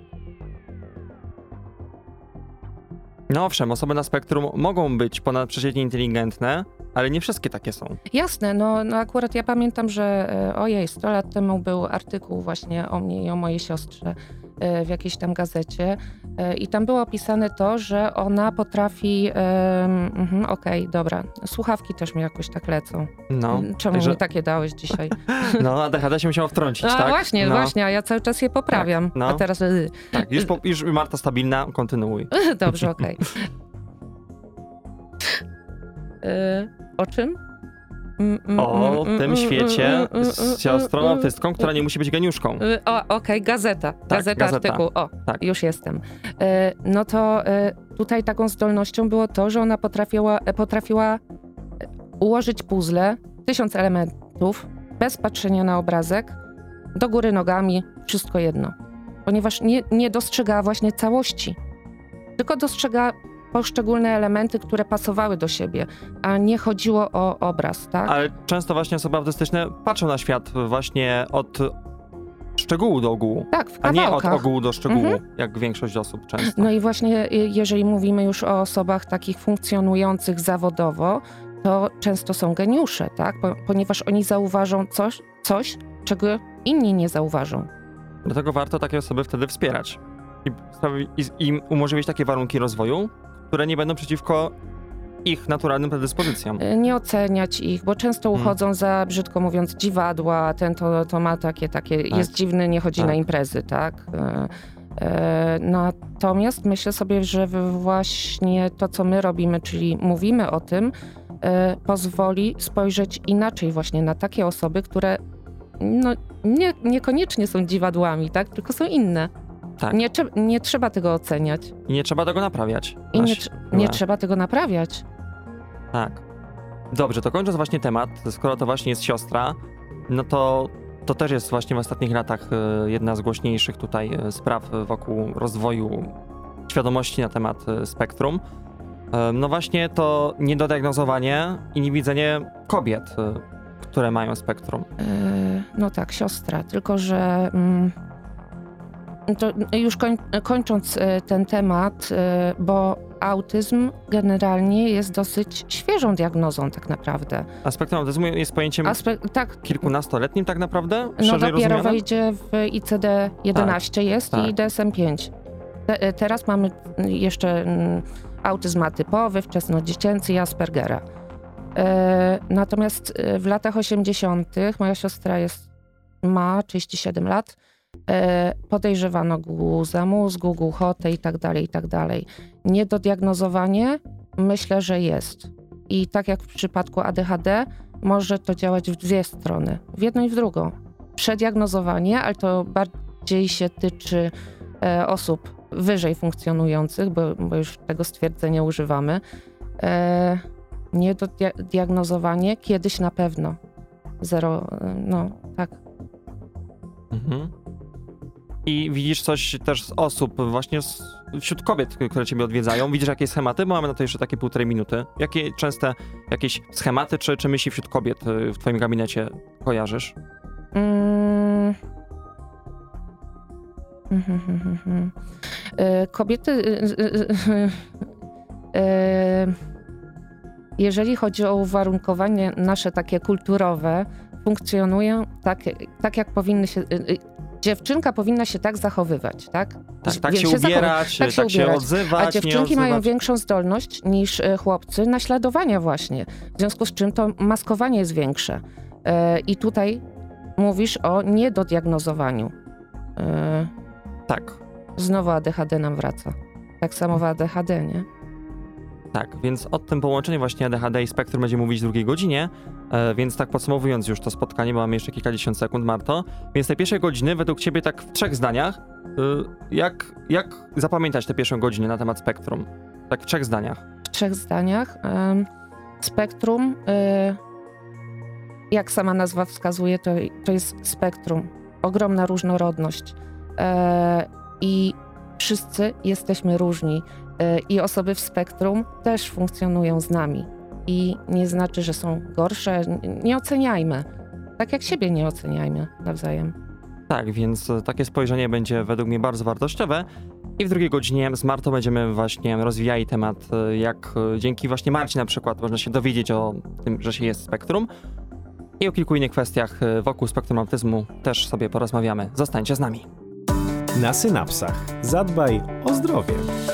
No owszem, osoby na spektrum mogą być ponadprzeciętnie inteligentne, ale nie wszystkie takie są. Jasne, no, no akurat ja pamiętam, że e, ojej, sto lat temu był artykuł właśnie o mnie i o mojej siostrze, w jakiejś tam gazecie i tam było opisane to, że ona potrafi... Um, Okej, okay, dobra. Słuchawki też mi jakoś tak lecą. No. Czemu także... mi takie dałeś dzisiaj? No, A D H D się musiało wtrącić, a, tak? Właśnie, no. właśnie, a ja cały czas je poprawiam. Tak, no. A teraz... Tak, już, po, już Marta stabilna, kontynuuj. Dobrze, okej. Okay. O czym? O tym świecie z siostrą autystką, która nie musi być geniuszką. O, okej, okay, gazeta. Tak, gazeta, gazeta, artykuł. O, tak. Już jestem. No to tutaj taką zdolnością było to, że ona potrafiła, potrafiła ułożyć puzzle, tysiąc elementów, bez patrzenia na obrazek, do góry nogami, wszystko jedno. Ponieważ nie, nie dostrzegała właśnie całości, tylko dostrzegała poszczególne elementy, które pasowały do siebie, a nie chodziło o obraz, tak? Ale często właśnie osoby autystyczne patrzą na świat właśnie od szczegółu do ogółu, tak, w a nie od kawałkach. ogółu do szczegółu, Mhm. jak większość osób często. No i właśnie jeżeli mówimy już o osobach takich funkcjonujących zawodowo, to często są geniusze, tak? Po, ponieważ oni zauważą coś, coś, czego inni nie zauważą. Dlatego warto takie osoby wtedy wspierać i, i im umożliwić takie warunki rozwoju, które nie będą przeciwko ich naturalnym predyspozycjom. Nie oceniać ich, bo często uchodzą hmm. za, brzydko mówiąc, dziwadła, ten to, to ma takie, takie tak. jest dziwny, nie chodzi tak. na imprezy, tak? E, e, natomiast myślę sobie, że właśnie to, co my robimy, czyli mówimy o tym, e, pozwoli spojrzeć inaczej właśnie na takie osoby, które no, nie, niekoniecznie są dziwadłami, tak? Tylko są inne. Tak. Nie, nie trzeba tego oceniać. I nie trzeba tego naprawiać. I nie, tr- nie trzeba tego naprawiać. Tak. Dobrze, to kończąc właśnie temat, skoro to właśnie jest siostra, no to to też jest właśnie w ostatnich latach jedna z głośniejszych tutaj spraw wokół rozwoju świadomości na temat spektrum. No właśnie to niedodiagnozowanie i niewidzenie kobiet, które mają spektrum. Yy, no tak, siostra, tylko że... Mm, To już koń, kończąc ten temat, bo autyzm generalnie jest dosyć świeżą diagnozą tak naprawdę. A spektrum autyzmu jest pojęciem Aspe- tak, kilkunastoletnim tak naprawdę? No dopiero rozumiane? wejdzie w I C D jedenaście tak, jest tak. i D S M pięć. Te, teraz mamy jeszcze autyzm atypowy, wczesnodziecięcy i Aspergera. E, natomiast w latach osiemdziesiątych moja siostra jest, ma trzydzieści siedem lat, podejrzewano guza mózgu, głuchotę i tak dalej, i tak dalej. Niedodiagnozowanie myślę, że jest. I tak jak w przypadku A D H D, może to działać w dwie strony. W jedną i w drugą. Przediagnozowanie, ale to bardziej się tyczy e, osób wyżej funkcjonujących, bo, bo już tego stwierdzenia używamy. E, niedodiagnozowanie kiedyś na pewno. Zero, no tak. Mhm. I widzisz coś też z osób, właśnie z, wśród kobiet, które ciebie odwiedzają. Widzisz jakieś schematy? Bo mamy na to jeszcze takie półtorej minuty. Jakie częste jakieś schematy czy, czy myśli wśród kobiet w twoim gabinecie kojarzysz? Mm. Kobiety... Jeżeli chodzi o uwarunkowanie nasze takie kulturowe, funkcjonują tak, tak jak powinny się... Dziewczynka powinna się tak zachowywać, tak? Tak, tak się, się ubierać, tak, się, tak ubierać. się odzywać, a dziewczynki nie odzywać. mają większą zdolność niż chłopcy naśladowania właśnie. W związku z czym to maskowanie jest większe. E, I tutaj mówisz o niedodiagnozowaniu. E, tak. Znowu A D H D nam wraca. Tak samo w A D H D, nie? Tak, więc o tym połączeniu właśnie A D H D i spektrum będziemy mówić w drugiej godzinie, e, więc tak podsumowując już to spotkanie, bo mamy jeszcze kilkadziesiąt sekund, Marto, więc te pierwsze godziny według ciebie tak w trzech zdaniach, y, jak, jak zapamiętać te pierwsze godziny na temat spektrum? Tak w trzech zdaniach. W trzech zdaniach. Y, spektrum, y, jak sama nazwa wskazuje, to, to jest spektrum. Ogromna różnorodność. Y, I wszyscy jesteśmy różni. I osoby w spektrum też funkcjonują z nami. I nie znaczy, że są gorsze. Nie oceniajmy. Tak jak siebie nie oceniajmy nawzajem. Tak, więc takie spojrzenie będzie według mnie bardzo wartościowe. I w drugiej godzinie z Martą będziemy właśnie rozwijali temat, jak dzięki właśnie Marcie na przykład można się dowiedzieć o tym, że się jest spektrum. I o kilku innych kwestiach wokół spektrum autyzmu też sobie porozmawiamy. Zostańcie z nami. Na synapsach. Zadbaj o zdrowie.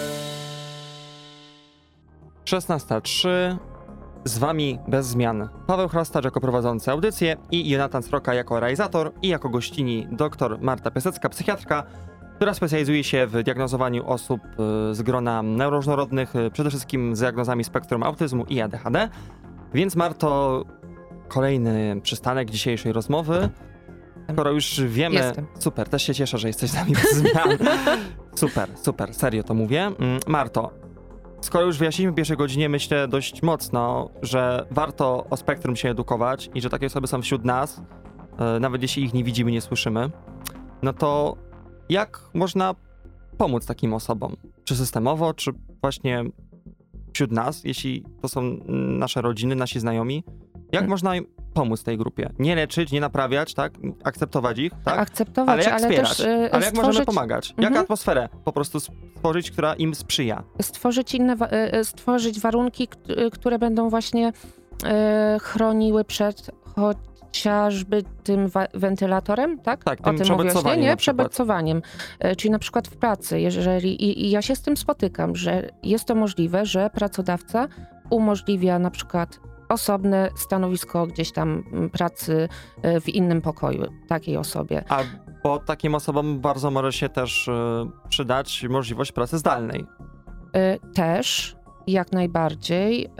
szesnasta trzy. Z wami bez zmian Paweł Chrastacz jako prowadzący audycję i Jonatan Sroka jako realizator i jako gościni dr Marta Piasecka, psychiatrka, która specjalizuje się w diagnozowaniu osób z grona neuroróżnorodnych, przede wszystkim z diagnozami spektrum autyzmu i A D H D. Więc Marto, kolejny przystanek dzisiejszej rozmowy. Skoro już wiemy... Jestem. Super, też się cieszę, że jesteś z nami bez zmian. Super, super, serio to mówię. Marto, skoro już wyjaśniliśmy w pierwszej godzinie, myślę dość mocno, że warto o spektrum się edukować i że takie osoby są wśród nas, nawet jeśli ich nie widzimy, nie słyszymy, no to jak można pomóc takim osobom? Czy systemowo, czy właśnie wśród nas, jeśli to są nasze rodziny, nasi znajomi? Jak hmm. można im pomóc tej grupie? Nie leczyć, nie naprawiać, tak? Akceptować ich, tak? Akceptować, ale jak ale wspierać? też yy, Ale jak stworzyć... możemy pomagać? Mhm. Jak atmosferę po prostu stworzyć, która im sprzyja? Stworzyć inne, wa- yy, stworzyć warunki, k- które będą właśnie yy, chroniły przed chociażby tym wa- wentylatorem, tak? Tak, o tym tym mówiłeś, nie? przebodźcowaniem Nie, na przykład. przebodźcowaniem. Yy, czyli na przykład w pracy, jeżeli, i, i ja się z tym spotykam, że jest to możliwe, że pracodawca umożliwia na przykład osobne stanowisko gdzieś tam pracy w innym pokoju takiej osobie. Albo takim osobom bardzo może się też y, przydać możliwość pracy zdalnej. Y, też, jak najbardziej. Y,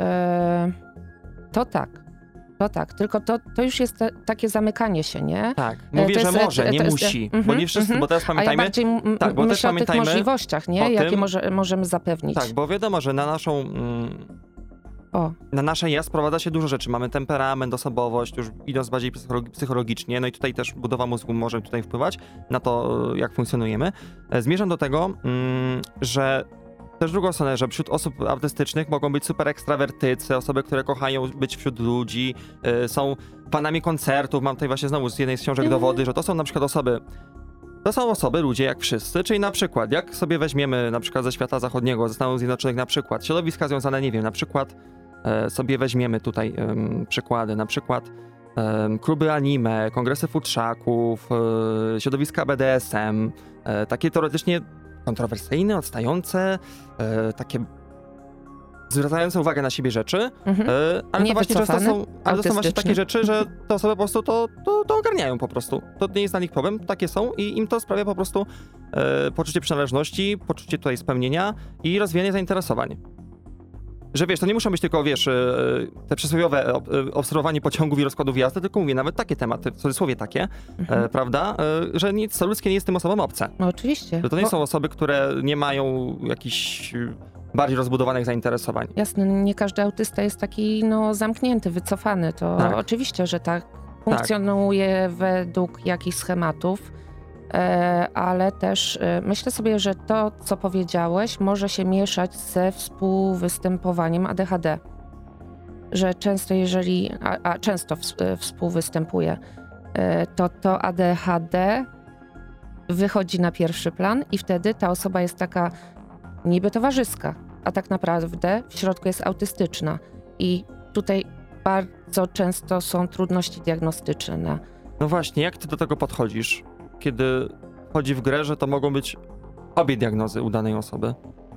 to tak. To tak, tylko to, to już jest te, takie zamykanie się, nie? Tak, mówię, to że jest, może, nie to jest, musi, mm-hmm, bo nie wszyscy, mm-hmm. bo teraz pamiętajmy... A ja bardziej m- tak, bo myślę też o pamiętajmy tych możliwościach, nie? o Jakie tym, może, możemy zapewnić. Tak, bo wiadomo, że na naszą... Mm, o. Na nasze ja sprowadza się dużo rzeczy. Mamy temperament, osobowość, już idąc bardziej psychologicznie, no i tutaj też budowa mózgu może tutaj wpływać na to, jak funkcjonujemy. Zmierzam do tego, mm, że też drugą stronę, że wśród osób autystycznych mogą być super ekstrawertycy, osoby, które kochają być wśród ludzi, y, są fanami koncertów. Mam tutaj właśnie znowu z jednej z książek mm. dowody, że to są na przykład osoby, to są osoby, ludzie jak wszyscy, czyli na przykład, jak sobie weźmiemy na przykład ze świata zachodniego, ze Stanów Zjednoczonych na przykład, środowiska związane, nie wiem, na przykład e, sobie weźmiemy tutaj e, przykłady, na przykład e, kluby anime, kongresy futrzaków, e, środowiska B D S M, e, takie teoretycznie kontrowersyjne, odstające, e, takie zwracające uwagę na siebie rzeczy, Mhm. e, ale Nie to właśnie często wycofane, są, ale to są właśnie takie rzeczy, że te osoby po prostu to, to, to ogarniają po prostu. To nie jest dla nich problem, takie są i im to sprawia po prostu e, poczucie przynależności, poczucie tutaj spełnienia i rozwijanie zainteresowań. Że wiesz, to nie muszą być tylko, wiesz, te przysłowiowe obserwowanie pociągów i rozkładów jazdy, tylko mówię, nawet takie tematy, w cudzysłowie takie, Mhm. e, prawda, e, że nic co ludzkie nie jest tym osobom obce. No oczywiście. Że to nie Bo, są osoby, które nie mają jakichś bardziej rozbudowanych zainteresowań. jasne, nie każdy autysta jest taki no, zamknięty, wycofany. To Tak. oczywiście, że tak funkcjonuje według jakichś schematów, e, ale też e, myślę sobie, że to, co powiedziałeś, może się mieszać ze współwystępowaniem A D H D. Że często, jeżeli, a, a często w, e, współwystępuje, e, to to A D H D wychodzi na pierwszy plan i wtedy ta osoba jest taka niby towarzyska, a tak naprawdę w środku jest autystyczna. I tutaj bardzo często są trudności diagnostyczne. No właśnie, jak ty do tego podchodzisz, kiedy wchodzi w grę, że to mogą być obie diagnozy u danej osoby?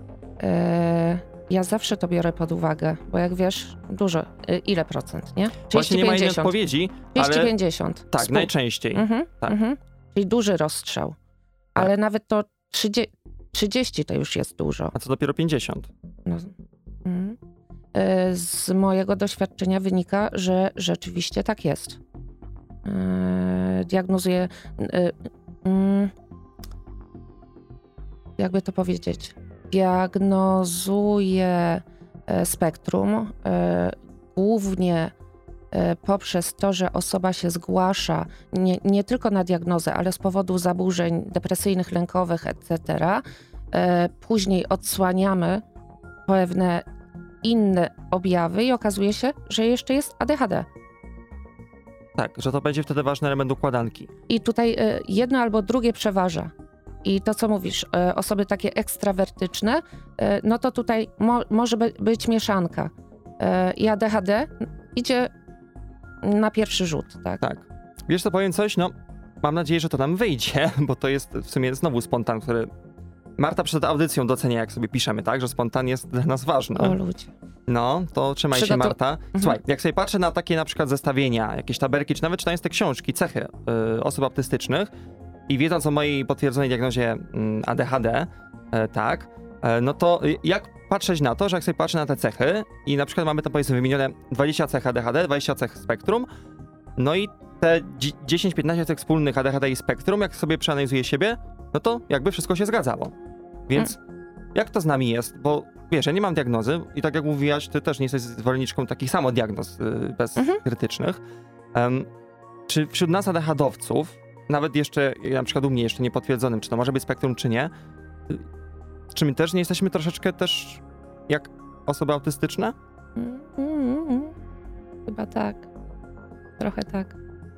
E, ja zawsze to biorę pod uwagę, bo jak wiesz, dużo, e, ile procent, nie? Właśnie nie ma innej pięćdziesiąt. odpowiedzi, trzydzieści ale... pięćdziesiąt. Tak, Spół- najczęściej. Mhm, tak. mhm. Czyli duży rozstrzał. Tak. Ale nawet to trzydzieści, trzydzieści to już jest dużo. A co dopiero pięćdziesiąt? No. Mhm. E, Z mojego doświadczenia wynika, że rzeczywiście tak jest. E, Diagnozuję, e, mm, jakby to powiedzieć, diagnozuję e, spektrum e, głównie e, poprzez to, że osoba się zgłasza nie, nie tylko na diagnozę, ale z powodu zaburzeń depresyjnych, lękowych, et cetera. E, Później odsłaniamy pewne inne objawy i okazuje się, że jeszcze jest A D H D. Tak, że to będzie wtedy ważny element układanki. I tutaj e, jedno albo drugie przeważa. I to, co mówisz, e, osoby takie ekstrawertyczne, e, no to tutaj mo, może by, być mieszanka. E, I A D H D idzie na pierwszy rzut, tak? Tak. Wiesz co, powiem coś, no mam nadzieję, że to nam wyjdzie, bo to jest w sumie znowu spontan, który Marta przed audycją docenia, jak sobie piszemy, tak? Że spontan jest dla nas ważny. O ludzie. No, to trzymaj Przygotu- się, Marta. Mhm. Słuchaj, jak sobie patrzę na takie na przykład zestawienia, jakieś tabelki, czy nawet czytając te książki, cechy y, osób autystycznych i wiedząc o mojej potwierdzonej diagnozie y, A D H D, y, tak, y, no to y, jak patrzeć na to, że jak sobie patrzę na te cechy i na przykład mamy tam powiedzmy wymienione dwadzieścia cech A D H D, dwadzieścia cech spektrum, no i te dziesięć piętnaście cech wspólnych A D H D i spektrum, jak sobie przeanalizuję siebie, no to jakby wszystko się zgadzało. Więc hmm. jak to z nami jest? Bo wiesz, ja nie mam diagnozy i tak jak mówiłaś, ty też nie jesteś zwolenniczką takich samo diagnoz yy, bezkrytycznych. Um, czy wśród nas ADHDowców, nawet jeszcze, na przykład u mnie jeszcze niepotwierdzonym, czy to może być spektrum, czy nie, yy, czy my też nie jesteśmy troszeczkę też jak osoby autystyczne? Mm, mm, mm. Chyba tak. Trochę tak.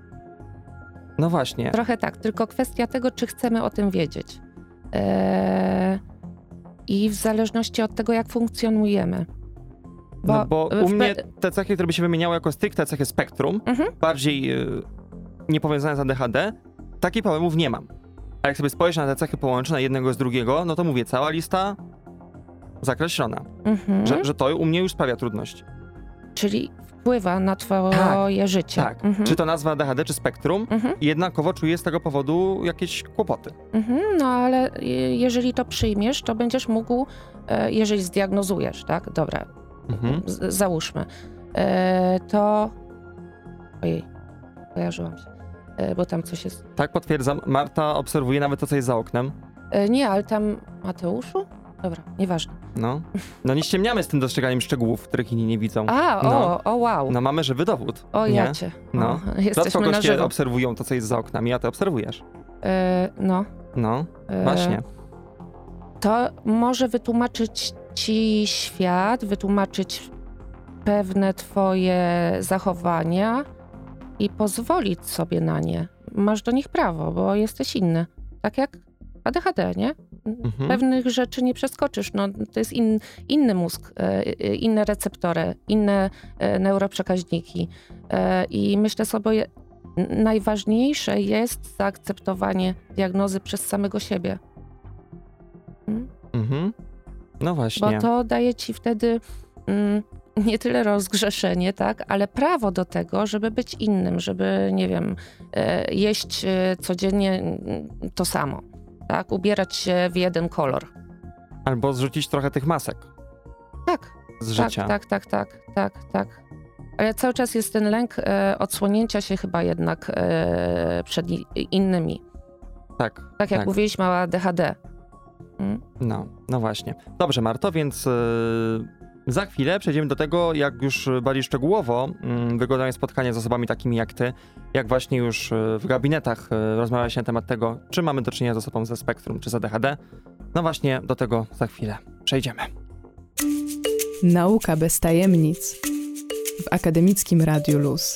No właśnie. Trochę tak, tylko kwestia tego, czy chcemy o tym wiedzieć. Eee, I w zależności od tego, jak funkcjonujemy. Bo, no bo u w... mnie te cechy, które by się wymieniały jako stricte cechy spektrum, mhm. bardziej y, niepowiązane z A D H D, takich problemów nie mam. A jak sobie spojrzę na te cechy połączone jednego z drugiego, no to mówię, cała lista zakreślona. Mhm. Że, że to u mnie już sprawia trudności. Czyli wpływa na twoje tak, życie. Tak, mhm. czy to nazwa A D H D, czy spektrum, mhm. jednakowo czuję z tego powodu jakieś kłopoty. Mhm, no ale jeżeli to przyjmiesz, to będziesz mógł, jeżeli zdiagnozujesz, tak? Dobra, mhm. z- załóżmy, to... Ojej, kojarzyłam się, bo tam coś jest... Tak, potwierdzam. Marta obserwuje nawet to, co jest za oknem. Nie, ale tam Mateuszu? Dobra, nieważne. No, no nie ściemniamy z tym dostrzeganiem szczegółów, których inni nie widzą. A, no. o, o wow. No mamy żywy dowód. O nie? jacie. No. O, jesteśmy na żywo. obserwują to, co jest za oknami, a ty obserwujesz. E, no. No, e, właśnie. To może wytłumaczyć ci świat, wytłumaczyć pewne twoje zachowania i pozwolić sobie na nie. Masz do nich prawo, bo jesteś inny. Tak jak A D H D, nie? Mhm. Pewnych rzeczy nie przeskoczysz. No, to jest in, inny mózg, e, inne receptory, inne e, neuroprzekaźniki. E, I myślę sobie, najważniejsze jest zaakceptowanie diagnozy przez samego siebie. Hmm? Mhm. No właśnie. Bo to daje ci wtedy mm, nie tyle rozgrzeszenie, tak, ale prawo do tego, żeby być innym, żeby, nie wiem, e, jeść e, codziennie to samo. Tak, ubierać się w jeden kolor. Albo zrzucić trochę tych masek. Tak. Z życia. Tak, tak, tak, tak, tak, tak. Ale cały czas jest ten lęk e, odsłonięcia się chyba jednak e, przed i, innymi. Tak. Tak jak tak. mówiliśmy o A D H D. Hmm? No, no właśnie. Dobrze, Marto, więc yy, za chwilę przejdziemy do tego, jak już bardziej szczegółowo yy, wyglądają spotkania z osobami takimi jak ty, jak właśnie już yy, w gabinetach yy, rozmawia się na temat tego, czy mamy do czynienia z osobą ze spektrum, czy z A D H D. No właśnie, do tego za chwilę przejdziemy. Nauka bez tajemnic w Akademickim Radiu Luz.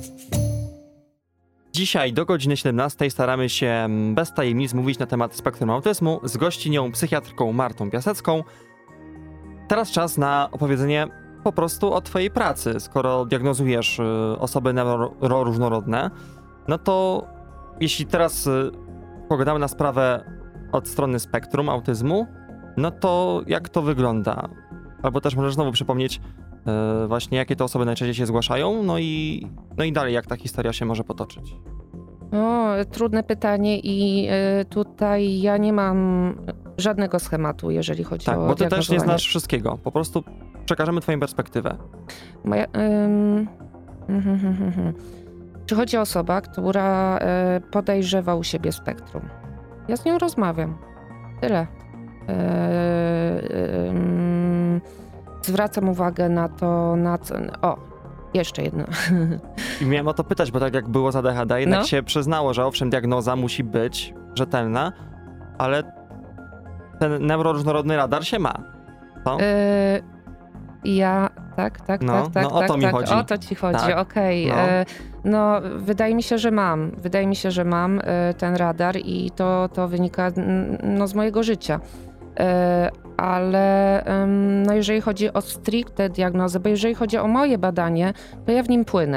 Dzisiaj do godziny siedemnastej staramy się bez tajemnic mówić na temat spektrum autyzmu z gościnią psychiatrką Martą Piasecką. Teraz czas na opowiedzenie po prostu o twojej pracy. Skoro diagnozujesz osoby neuroróżnorodne, no to jeśli teraz pogadamy na sprawę od strony spektrum autyzmu, no to jak to wygląda? Albo też możesz znowu przypomnieć yy, właśnie, jakie te osoby najczęściej się zgłaszają, no i, no i dalej, jak ta historia się może potoczyć. O, trudne pytanie i y, tutaj ja nie mam żadnego schematu, jeżeli chodzi tak, o bo ty też nie znasz wszystkiego. wszystkiego. Po prostu przekażemy twoją perspektywę. Moja, ym, hmm, hmm, hmm, hmm. Przychodzi osoba, która y, podejrzewa u siebie spektrum. Ja z nią rozmawiam. Tyle. Y, y, y, zwracam uwagę na to, na co... O, jeszcze jedno. I miałem o to pytać, bo tak jak było z A D H D, jednak no. się przyznało, że owszem, diagnoza musi być rzetelna, ale ten neuroróżnorodny radar się ma. No? Y, ja, tak, tak, no, tak, tak, no, o tak, to mi tak, chodzi. o to ci chodzi, tak. okej. Okay. No. Y, no, wydaje mi się, że mam, wydaje mi się, że mam y, ten radar i to, to wynika no, z mojego życia. Y, ale no jeżeli chodzi o stricte diagnozę, bo jeżeli chodzi o moje badanie, to ja w nim płynę.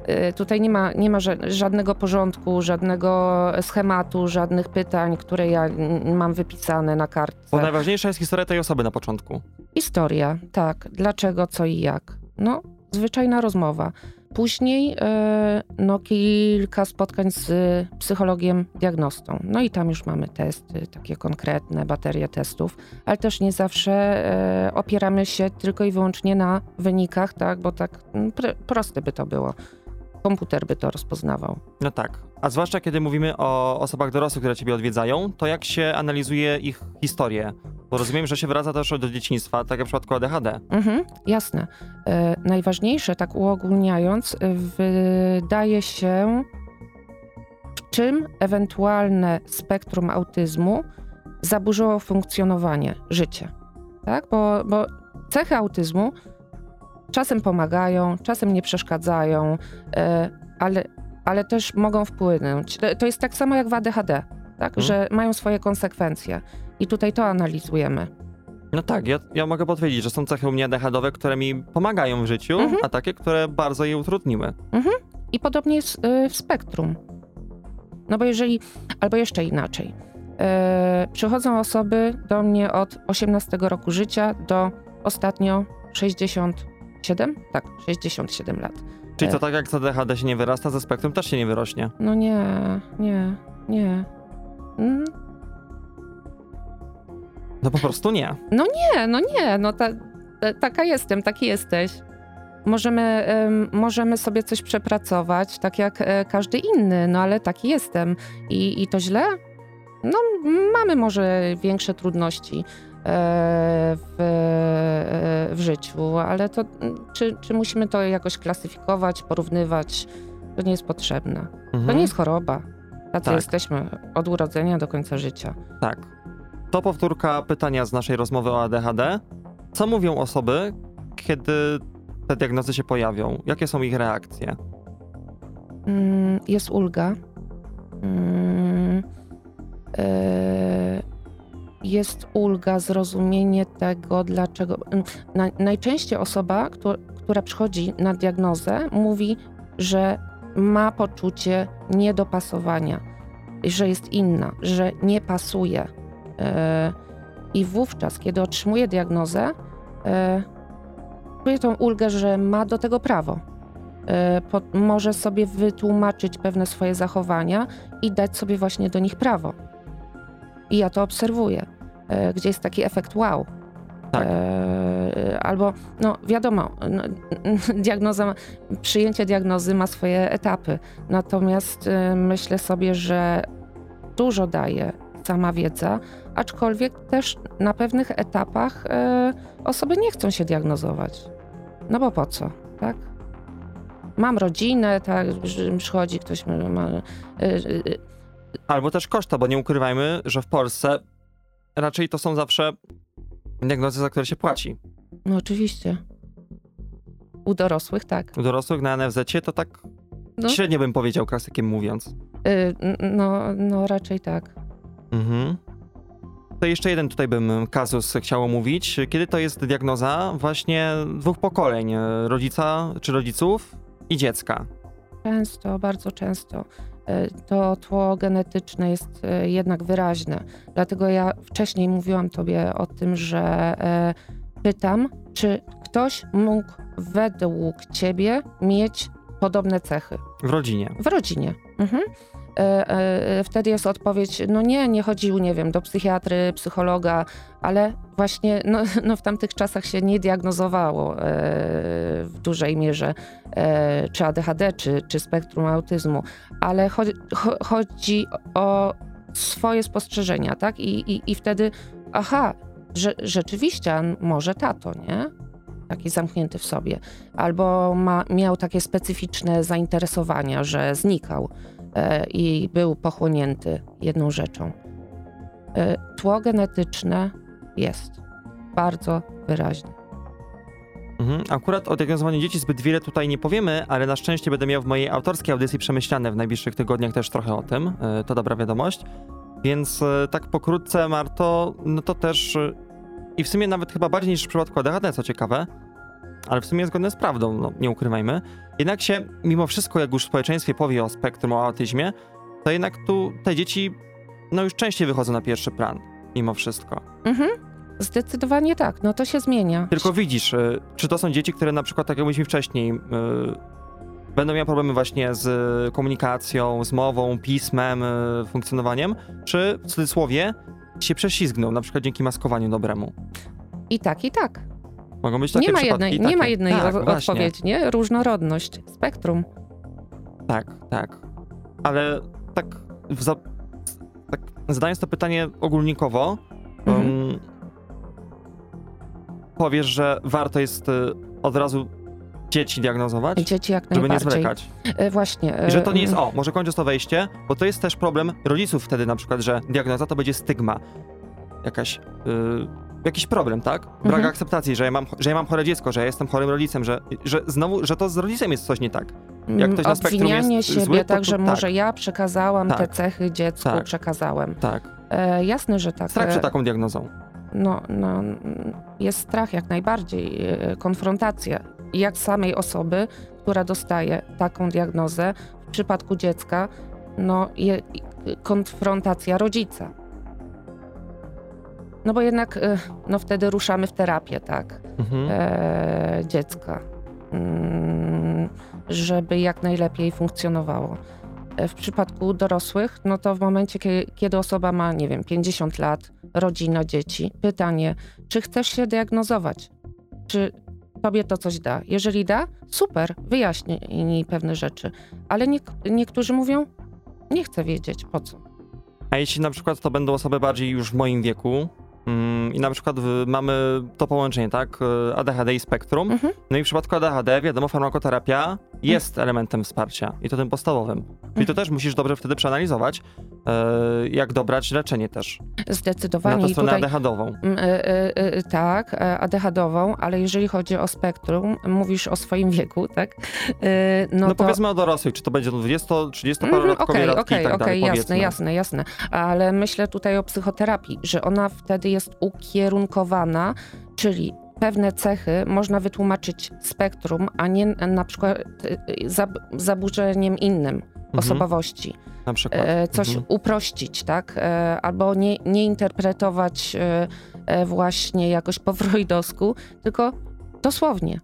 Y, Tutaj nie ma, nie ma ża- żadnego porządku, żadnego schematu, żadnych pytań, które ja mm, mam wypisane na kartce. Bo najważniejsza jest historia tej osoby na początku. Historia, tak. Dlaczego, co i jak. No, zwyczajna rozmowa. Później e, no, kilka spotkań z psychologiem, diagnostą. No i tam już mamy testy, takie konkretne, baterie testów, ale też nie zawsze e, opieramy się tylko i wyłącznie na wynikach, tak, bo tak mm, pr- proste by to było. Komputer by to rozpoznawał. No tak. A zwłaszcza kiedy mówimy o osobach dorosłych, które ciebie odwiedzają, to jak się analizuje ich historię? Bo rozumiem, że się wraca też do dzieciństwa, tak jak w przypadku A D H D. Mhm, jasne. E, najważniejsze, tak uogólniając, e, wydaje się, w czym ewentualne spektrum autyzmu zaburzyło funkcjonowanie, życie. Tak? Bo, bo cechy autyzmu czasem pomagają, czasem nie przeszkadzają, e, ale, ale też mogą wpłynąć. To, to jest tak samo jak w A D H D, tak? Mhm. Że mają swoje konsekwencje. I tutaj to analizujemy. No tak, ja, ja mogę potwierdzić, że są cechy u mnie A D H D-owe, które mi pomagają w życiu, Mhm. a takie, które bardzo je utrudniły. I podobnie jest y, w spektrum. No bo jeżeli, albo jeszcze inaczej, e, przychodzą osoby do mnie od osiemnastego roku życia do ostatnio sześćdziesiąt siedem? Tak, sześćdziesiąt siedem lat. Czyli to tak jak z A D H D się nie wyrasta, ze spektrum też się nie wyrośnie. No nie, nie, nie. Mm, No po prostu nie. Nie, no nie, no ta, ta, taka jestem, taki jesteś. Możemy, em, możemy sobie coś przepracować, tak jak e, każdy inny, no ale taki jestem. I, i to źle? No mamy może większe trudności e, w, e, w życiu, ale to mm, czy, czy musimy to jakoś klasyfikować, porównywać? To nie jest potrzebne. Mhm. To nie jest choroba. Tacy Tak. jesteśmy od urodzenia do końca życia. Tak. To powtórka pytania z naszej rozmowy o A D H D. Co mówią osoby, kiedy te diagnozy się pojawią? Jakie są ich reakcje? Mm, Jest ulga. Mm, e, Jest ulga, zrozumienie tego, dlaczego. mm, Na, najczęściej osoba, któ- która przychodzi na diagnozę, mówi, że ma poczucie niedopasowania, że jest inna, że nie pasuje. E, I wówczas, kiedy otrzymuje diagnozę, e, czuje tą ulgę, że ma do tego prawo. E, po, może sobie wytłumaczyć pewne swoje zachowania i dać sobie właśnie do nich prawo. I ja to obserwuję, e, gdzie jest taki efekt wow. Tak. E, albo, no wiadomo, no, diagnoza, ma- przyjęcie diagnozy ma swoje etapy. Natomiast e, myślę sobie, że dużo daje sama wiedza, aczkolwiek też na pewnych etapach e, osoby nie chcą się diagnozować. No bo po co, tak? Mam rodzinę, tak, że przychodzi ktoś, ma, ma, e, e, Albo też koszta, bo nie ukrywajmy, że w Polsce raczej to są zawsze diagnozy, za które się płaci. no oczywiście. U dorosłych, tak. U dorosłych na N F Z-cie to tak No. średnio bym powiedział, klasykiem mówiąc. E, n- no, no raczej tak. Mhm. To jeszcze jeden tutaj bym kazus chciał omówić. Kiedy to jest diagnoza właśnie dwóch pokoleń, e, rodzica czy rodziców i dziecka. Często, bardzo często. E, To tło genetyczne jest e, jednak wyraźne. Dlatego ja wcześniej mówiłam tobie o tym, że e, pytam, czy ktoś mógł według ciebie mieć podobne cechy W rodzinie. w rodzinie. Mhm. E, e, Wtedy jest odpowiedź, no nie, nie chodził, nie wiem, do psychiatry, psychologa, ale właśnie no, no w tamtych czasach się nie diagnozowało e, w dużej mierze e, czy A D H D, czy, czy spektrum autyzmu, ale chodzi, cho, chodzi o swoje spostrzeżenia, tak? I, i, i wtedy, aha, że, rzeczywiście, a może tato, nie? Taki zamknięty w sobie. Albo ma, miał takie specyficzne zainteresowania, że znikał e, i był pochłonięty jedną rzeczą. E, tło genetyczne jest bardzo wyraźne. Mhm. Akurat o diagnozowaniu dzieci zbyt wiele tutaj nie powiemy, ale na szczęście będę miał w mojej autorskiej audycji przemyślane w najbliższych tygodniach też trochę o tym. E, To dobra wiadomość. Więc e, tak pokrótce, Marto, no to też e, i w sumie nawet chyba bardziej niż w przypadku A D H D, co ciekawe, ale w sumie jest zgodne z prawdą, no nie ukrywajmy. Jednak się, mimo wszystko, jak już w społeczeństwie powie o spektrum, o autyzmie, to jednak tu te dzieci no już częściej wychodzą na pierwszy plan, mimo wszystko. Mhm. Zdecydowanie tak, no to się zmienia. Tylko widzisz, y, czy to są dzieci, które na przykład, tak jak mówiliśmy wcześniej, y, będą miały problemy właśnie z komunikacją, z mową, pismem, y, funkcjonowaniem, czy w cudzysłowie się prześlizgną, na przykład dzięki maskowaniu dobremu. I tak, i tak. Mogą być takie Nie ma przypadki. jednej, takie. nie ma jednej tak, o- właśnie. odpowiedzi, nie? Różnorodność, spektrum. Tak, tak. Ale tak, w za, tak zadając to pytanie ogólnikowo, Mhm. um, powiesz, że warto jest y, od razu dzieci diagnozować, Dzieci jak żeby nie najbardziej. zwlekać. E, Właśnie. I że to nie e, jest, o, może kończąc to wejście, bo to jest też problem rodziców wtedy na przykład, że diagnoza to będzie stygma. Jakaś, y, jakiś problem, tak? Brak Mhm. akceptacji, że ja, mam, że ja mam chore dziecko, że ja jestem chorym rodzicem, że, że znowu, że to z rodzicem jest coś nie tak. Jak ktoś na spektrum Obwinianie jest siebie, zły, to- tak, to że tak. może ja przekazałam te Tak. cechy dziecku, Tak. przekazałem. Tak. E, jasne, że tak. Strach E, przed taką diagnozą. No, no, mm, jest strach jak najbardziej, e, konfrontacja. Jak samej osoby, która dostaje taką diagnozę, w przypadku dziecka, no, je, konfrontacja rodzica. No bo jednak, e, no wtedy ruszamy w terapię, tak, Mhm. e, dziecka, mm, żeby jak najlepiej funkcjonowało. E, W przypadku dorosłych, no to w momencie, kie- kiedy osoba ma, nie wiem, pięćdziesiąt lat, rodzina, dzieci, pytanie, czy chcesz się diagnozować? Czy tobie to coś da? Jeżeli da, super, wyjaśnij pewne rzeczy. Ale nie, niektórzy mówią, nie chcę wiedzieć, po co. A jeśli na przykład to będą osoby bardziej już w moim wieku mm, i na przykład w, mamy to połączenie, tak, y, A D H D i spektrum, Mhm. no i w przypadku A D H D, wiadomo, farmakoterapia jest elementem wsparcia i to tym podstawowym. Czyli to też musisz dobrze wtedy przeanalizować, y, jak dobrać leczenie też. Na Zdecydowanie. tę I stronę tutaj A D H D-ową. Mm, e, e, e, tak, e, A D H D-ową, ale jeżeli chodzi o spektrum, mówisz o swoim wieku, tak? E, No, no to... powiedzmy o dorosłych, czy to będzie dwudziesto trzydziesto Mhm, parolatkowie Okej, latki okej, i tak dalej, okej, jasne, powiedzmy. jasne, jasne. Ale myślę tutaj o psychoterapii, że ona wtedy jest ukierunkowana, czyli pewne cechy można wytłumaczyć spektrum, a nie na przykład e, zab- zaburzeniem innym osobowości. Na przykład. E, coś Mhm. uprościć, tak? E, albo nie, nie interpretować e, e, właśnie jakoś po freudowsku, tylko dosłownie.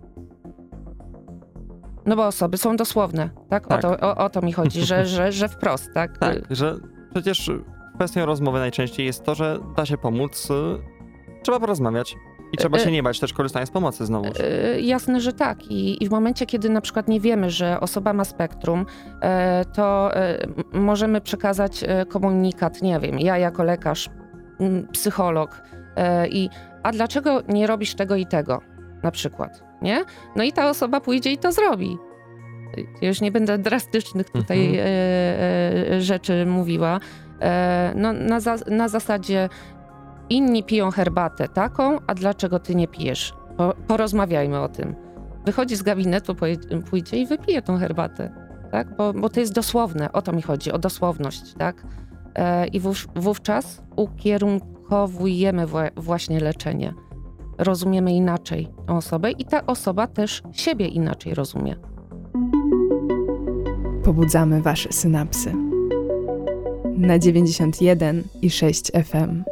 No bo osoby są dosłowne, tak? Tak. O, to, o, o to mi chodzi, że, że, że wprost, tak? Tak, że przecież kwestią rozmowy najczęściej jest to, że da się pomóc, y, trzeba porozmawiać i trzeba E, się nie bać też korzystania z pomocy znowu. E, Jasne, że tak. I, I w momencie, kiedy na przykład nie wiemy, że osoba ma spektrum, e, to e, m- możemy przekazać e, komunikat, nie wiem, ja jako lekarz, m, psycholog e, i a dlaczego nie robisz tego i tego na przykład, nie? No i ta osoba pójdzie i to zrobi. Ja już nie będę drastycznych tutaj Mhm. e, e, rzeczy mówiła. E, no, na, za, na zasadzie inni piją herbatę taką, a dlaczego ty nie pijesz? Po, porozmawiajmy o tym. Wychodzi z gabinetu, poje- pójdzie i wypije tą herbatę, tak? Bo, bo to jest dosłowne, o to mi chodzi, o dosłowność, tak? E, I wów, wówczas ukierunkowujemy wła- właśnie leczenie. Rozumiemy inaczej tę osobę i ta osoba też siebie inaczej rozumie. Pobudzamy wasze synapsy. Na dziewięćdziesiąt jeden i sześć F M.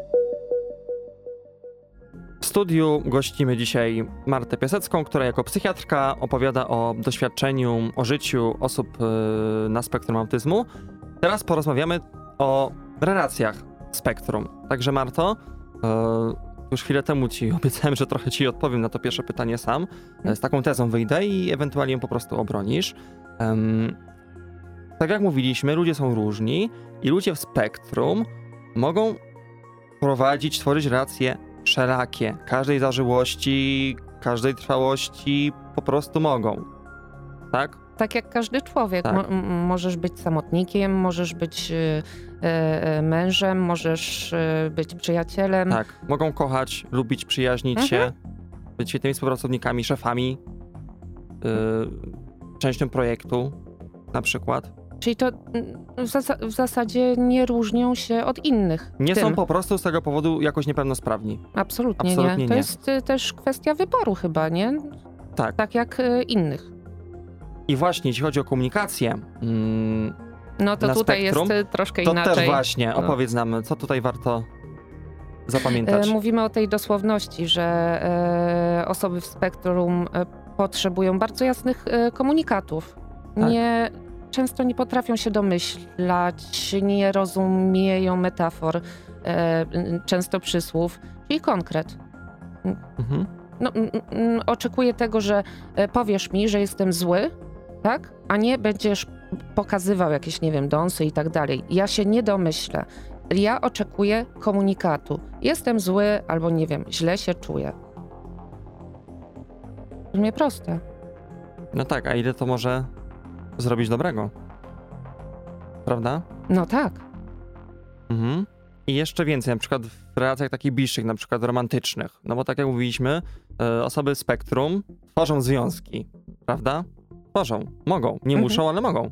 W studiu gościmy dzisiaj Martę Piasecką, która jako psychiatrka opowiada o doświadczeniu, o życiu osób y, na spektrum autyzmu. Teraz porozmawiamy o relacjach spektrum. Także Marto, y, już chwilę temu ci obiecałem, że trochę ci odpowiem na to pierwsze pytanie sam. Y, Z taką tezą wyjdę i ewentualnie ją po prostu obronisz. Ym, tak jak mówiliśmy, ludzie są różni i ludzie w spektrum mogą prowadzić, tworzyć relacje wszelakie, każdej zażyłości, każdej trwałości po prostu mogą. Tak? Tak jak każdy człowiek. Tak. Mo- m- możesz być samotnikiem, możesz być e, e, mężem, możesz e, być przyjacielem. Tak. Mogą kochać, lubić, przyjaźnić Mhm. się, być świetnymi współpracownikami, szefami, yy, częścią projektu na przykład. Czyli to mm, w, zas- w zasadzie nie różnią się od innych. Nie tym. są po prostu z tego powodu jakoś niepełnosprawni. Absolutnie, absolutnie nie. To nie. jest y, też kwestia wyboru chyba, nie? Tak. tak jak y, innych. I właśnie, jeśli chodzi o komunikację, mm, No to na tutaj spektrum, jest y, troszkę to inaczej. też właśnie, No. opowiedz nam, co tutaj warto zapamiętać. E, Mówimy o tej dosłowności, że e, osoby w spektrum e, potrzebują bardzo jasnych e, komunikatów. Tak. Nie, często nie potrafią się domyślać, nie rozumieją metafor, e, m, często przysłów, czyli konkret. Mhm. No, m, m, oczekuję tego, że e, powiesz mi, że jestem zły, tak? A nie będziesz pokazywał jakieś, nie wiem, dąsy i tak dalej. Ja się nie domyślę. Ja oczekuję komunikatu. Jestem zły albo, nie wiem, źle się czuję. To mnie proste. No tak, a ile to może zrobić dobrego? Prawda? No tak. Mhm. I jeszcze więcej, na przykład w relacjach takich bliższych, na przykład romantycznych. No bo tak jak mówiliśmy, e, osoby spektrum tworzą związki, prawda? Tworzą, mogą. Nie Mhm. muszą, ale mogą.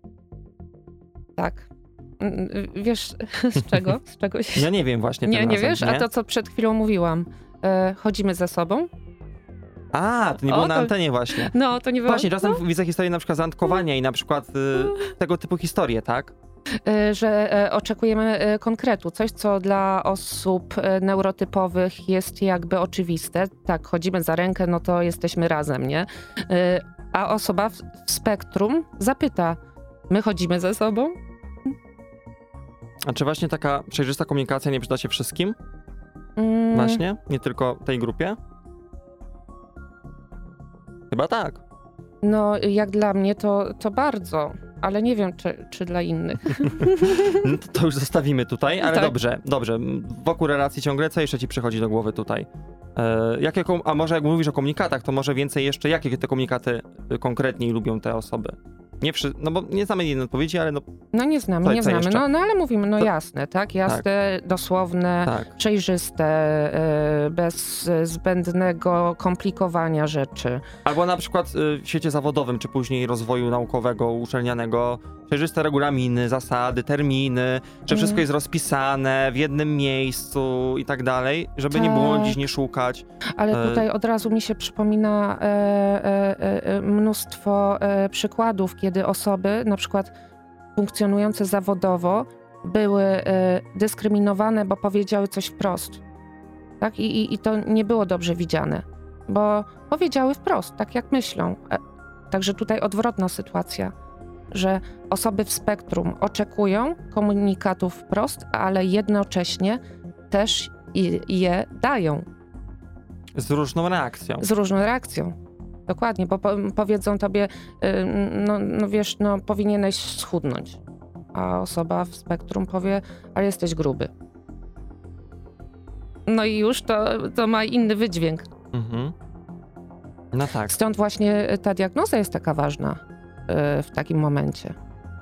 Tak. Mm, Wiesz z czego? Z czego się... Ja nie wiem właśnie Nie, tym nie razem, wiesz? nie? A to, co przed chwilą mówiłam. E, chodzimy ze sobą? A, to nie było O, na to- antenie właśnie. No, to nie było... Właśnie, czasem widzę historię na przykład zandkowania i na przykład y, tego typu historie, tak? E, że e, oczekujemy e, konkretu. Coś, co dla osób e, neurotypowych jest jakby oczywiste. Tak, chodzimy za rękę, no to jesteśmy razem, nie? E, a osoba w, w spektrum zapyta, my chodzimy ze sobą? A czy właśnie taka przejrzysta komunikacja nie przyda się wszystkim? Mm, Właśnie? Nie tylko tej grupie? Chyba tak. No, jak dla mnie to, to bardzo, ale nie wiem, czy, czy dla innych. No to, to już zostawimy tutaj, ale Tak. dobrze, dobrze. Wokół relacji ciągle, co jeszcze ci przychodzi do głowy tutaj? E, jakie, kom- a może jak mówisz o komunikatach, to może więcej jeszcze, jakie te komunikaty y, konkretniej lubią te osoby? Nie wszy- no bo nie znamy jednej odpowiedzi, ale no No nie znamy, Co- nie co znamy. jeszcze? No, no ale mówimy, no To- jasne, tak? Jasne, dosłowne, tak. przejrzyste, e, bez e, zbędnego komplikowania rzeczy. Albo na przykład y, w świecie zawodowym, czy później rozwoju naukowego, uczelnianego, przejrzyste regulaminy, zasady, terminy, że wszystko Mm. jest rozpisane w jednym miejscu i tak dalej, żeby nie było Tak. gdzieś nie szukać. Ale E, tutaj od razu mi się przypomina e, e, e, mnóstwo e, przykładów, kiedy osoby, na przykład funkcjonujące zawodowo, były e, dyskryminowane, bo powiedziały coś wprost. Tak? I, i, I to nie było dobrze widziane, bo powiedziały wprost, tak jak myślą. E, Także tutaj odwrotna sytuacja, że osoby w spektrum oczekują komunikatów wprost, ale jednocześnie też i- je dają. Z różną reakcją. Z różną reakcją. Dokładnie, bo po, powiedzą tobie, y, no, no wiesz, no powinieneś schudnąć. A osoba w spektrum powie, ale jesteś gruby. No i już to, to ma inny wydźwięk. Mhm. No tak. Stąd właśnie ta diagnoza jest taka ważna y, w takim momencie.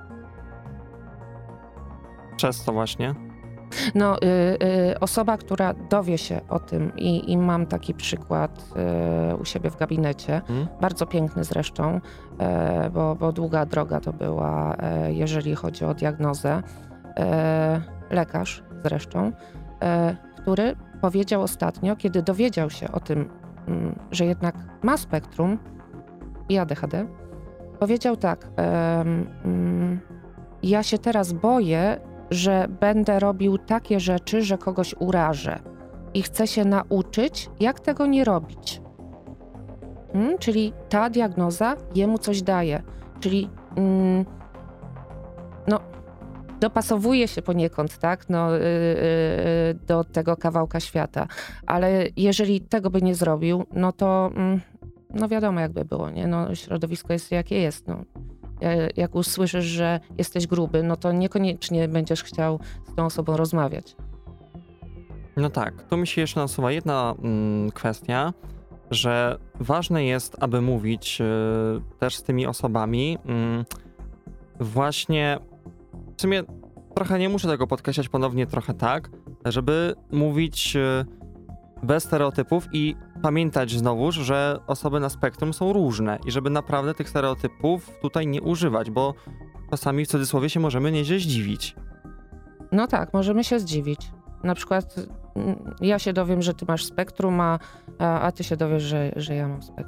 Przez to właśnie. No, y, y, osoba, która dowie się o tym i, i mam taki przykład y, u siebie w gabinecie, Mhm. bardzo piękny zresztą, e, bo, bo długa droga to była, e, jeżeli chodzi o diagnozę. E, lekarz zresztą, e, który powiedział ostatnio, kiedy dowiedział się o tym, mm, że jednak ma spektrum i A D H D, powiedział tak, em, mm, ja się teraz boję, że będę robił takie rzeczy, że kogoś urażę i chcę się nauczyć, jak tego nie robić. Mm, czyli ta diagnoza jemu coś daje. Czyli mm, no, dopasowuje się poniekąd, tak, no, yy, yy, do tego kawałka świata. Ale jeżeli tego by nie zrobił, no to mm, no wiadomo, jakby było, nie? No, środowisko jest jakie jest. No. Jak usłyszysz, że jesteś gruby, no to niekoniecznie będziesz chciał z tą osobą rozmawiać. No tak, tu mi się jeszcze nasuwa jedna mm, kwestia, że ważne jest, aby mówić y, też z tymi osobami mm, właśnie, w sumie trochę nie muszę tego podkreślać ponownie, trochę tak, żeby mówić y, bez stereotypów i pamiętać znowuż, że osoby na spektrum są różne i żeby naprawdę tych stereotypów tutaj nie używać, bo czasami w cudzysłowie się możemy nieźle zdziwić. No tak, możemy się zdziwić. Na przykład mm, ja się dowiem, że ty masz spektrum, a, a, a ty się dowiesz, że, że ja mam spektrum.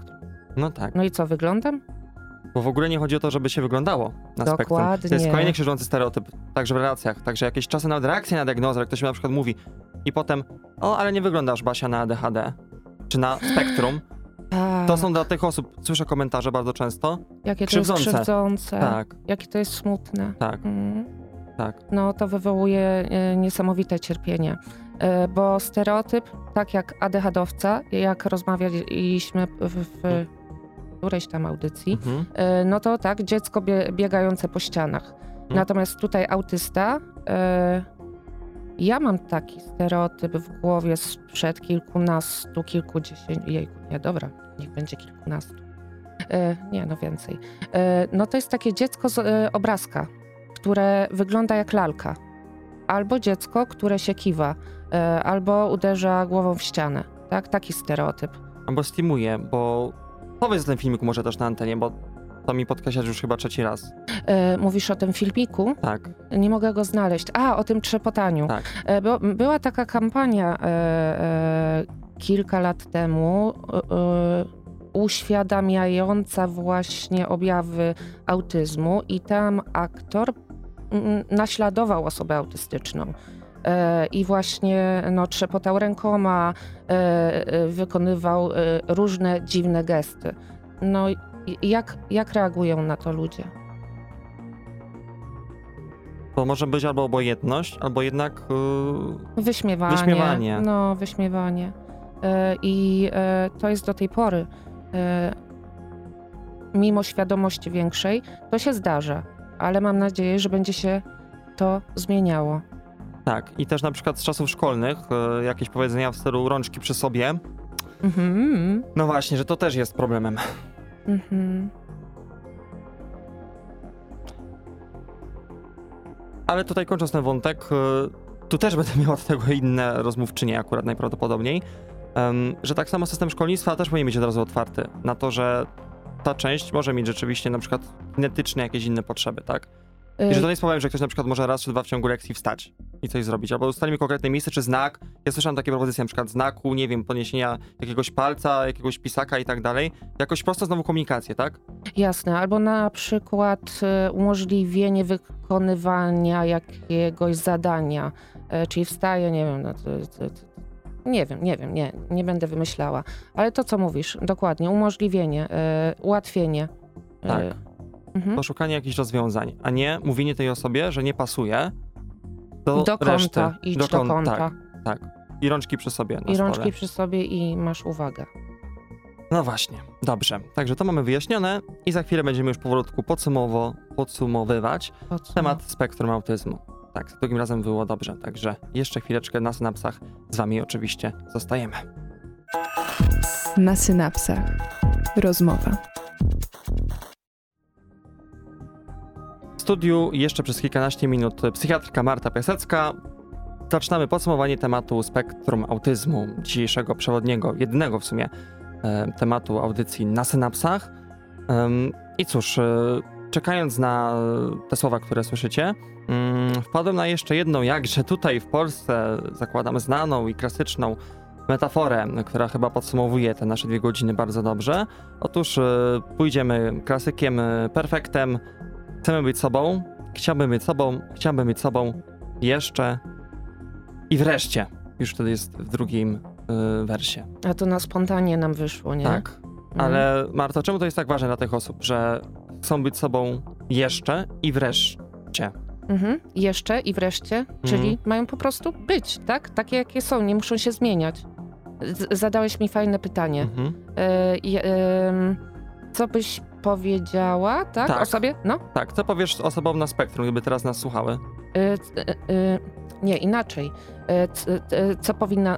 No tak. No i co, wyglądam? Bo w ogóle nie chodzi o to, żeby się wyglądało na spektrum. Dokładnie. To jest kolejny krzyżący stereotyp, także w relacjach. Także jakieś czasy nawet reakcje na diagnozę, jak ktoś mi na przykład mówi i potem, o, ale nie wyglądasz, Basia, na A D H D, czy na spektrum. Tak. To są dla tych osób, słyszę komentarze bardzo często. Jakie to krzywdzące. jest krzywdzące. Tak, Jakie to jest smutne. tak, Mm. tak. No to wywołuje e, niesamowite cierpienie. E, bo stereotyp, tak jak ADHDowca, jak rozmawialiśmy w, w którejś tam audycji, Mhm. e, no to tak, dziecko bie, biegające po ścianach. Natomiast tutaj autysta, e, ja mam taki stereotyp w głowie sprzed kilkunastu, kilkudziesięciu, jejku, nie, dobra, niech będzie kilkunastu. E, nie, no więcej. E, no to jest takie dziecko z e, obrazka, które wygląda jak lalka. Albo dziecko, które się kiwa, e, albo uderza głową w ścianę. Tak? Taki stereotyp. Albo steamuje, bo powiedz o tym filmiku może też na antenie, bo to mi podkreślasz już chyba trzeci raz. E, mówisz o tym filmiku? Tak, Nie mogę go znaleźć. A, o tym trzepotaniu. tak. E, bo, była taka kampania e, e, kilka lat temu, e, uświadamiająca właśnie objawy autyzmu i tam aktor mm, naśladował osobę autystyczną. E, I właśnie no, trzepotał rękoma, e, e, wykonywał e, różne dziwne gesty. No i jak, jak reagują na to ludzie? To może być albo obojętność, albo jednak yy, Wyśmiewanie. Wyśmiewanie. No, wyśmiewanie. E, I e, to jest do tej pory, e, mimo świadomości większej, to się zdarza, ale mam nadzieję, że będzie się to zmieniało. tak. I też na przykład z czasów szkolnych yy, jakieś powiedzenia w stylu rączki przy sobie. Mhm. No właśnie, że to też jest problemem. Mhm. Ale tutaj kończąc ten wątek, yy, tu też będę miał od tego inne rozmówczynie akurat najprawdopodobniej, um, że tak samo system szkolnictwa też powinien być od razu otwarty na to, że ta część może mieć rzeczywiście na przykład genetyczne jakieś inne potrzeby, tak? I że to nie jest problem, że ktoś na przykład może raz czy dwa w ciągu lekcji wstać i coś zrobić, albo ustalimy konkretne miejsce czy znak. Ja słyszałem takie propozycje na przykład znaku, nie wiem, podniesienia jakiegoś palca, jakiegoś pisaka i tak dalej. Jakoś prosto znowu komunikację, tak? Jasne, albo na przykład e, umożliwienie wykonywania jakiegoś zadania, e, czyli wstaje, nie wiem, no, to, to, to, nie wiem, nie wiem, nie, nie będę wymyślała, ale to co mówisz, dokładnie, umożliwienie, e, ułatwienie. E, Tak. mhm. Poszukanie jakichś rozwiązań, a nie mówienie tej osobie, że nie pasuje do, Do reszty. kąta, idź do kąt- kąta. Tak, tak. I rączki przy sobie na I stole. rączki przy sobie i masz uwagę. No właśnie, dobrze. Także to mamy wyjaśnione i za chwilę będziemy już powolutku podsumowo, podsumowywać Po co? temat spektrum autyzmu. Tak, za drugim razem było dobrze, także jeszcze chwileczkę na synapsach z wami oczywiście zostajemy. Na synapsach. Rozmowa. W studiu jeszcze przez kilkanaście minut psychiatrka Marta Piasecka. Zaczynamy podsumowanie tematu spektrum autyzmu, dzisiejszego przewodniego, jedynego w sumie e, tematu audycji na synapsach. Ym, I cóż, e, czekając na te słowa, które słyszycie, ym, wpadłem na jeszcze jedną, jakże tutaj w Polsce, zakładam, znaną i klasyczną metaforę, która chyba podsumowuje te nasze dwie godziny bardzo dobrze. Otóż e, pójdziemy klasykiem, e, perfektem. Chcemy być sobą, chciałbym być sobą, chciałbym być sobą jeszcze i wreszcie. Już wtedy jest w drugim y, wersie. A to na spontanie nam wyszło, nie? Tak. Mhm. Ale Marto, czemu to jest tak ważne dla tych osób, że chcą być sobą jeszcze i wreszcie? Mhm. Jeszcze i wreszcie, czyli Mhm. mają po prostu być, tak? Takie jakie są, nie muszą się zmieniać. Z- zadałeś mi fajne pytanie. Mhm. E, i, em, co byś powiedziała, tak? Tak. O sobie? No. Tak, co powiesz osobom na spektrum, gdyby teraz nas słuchały? E, c- e, e, nie, inaczej. E, c- e, co powinna...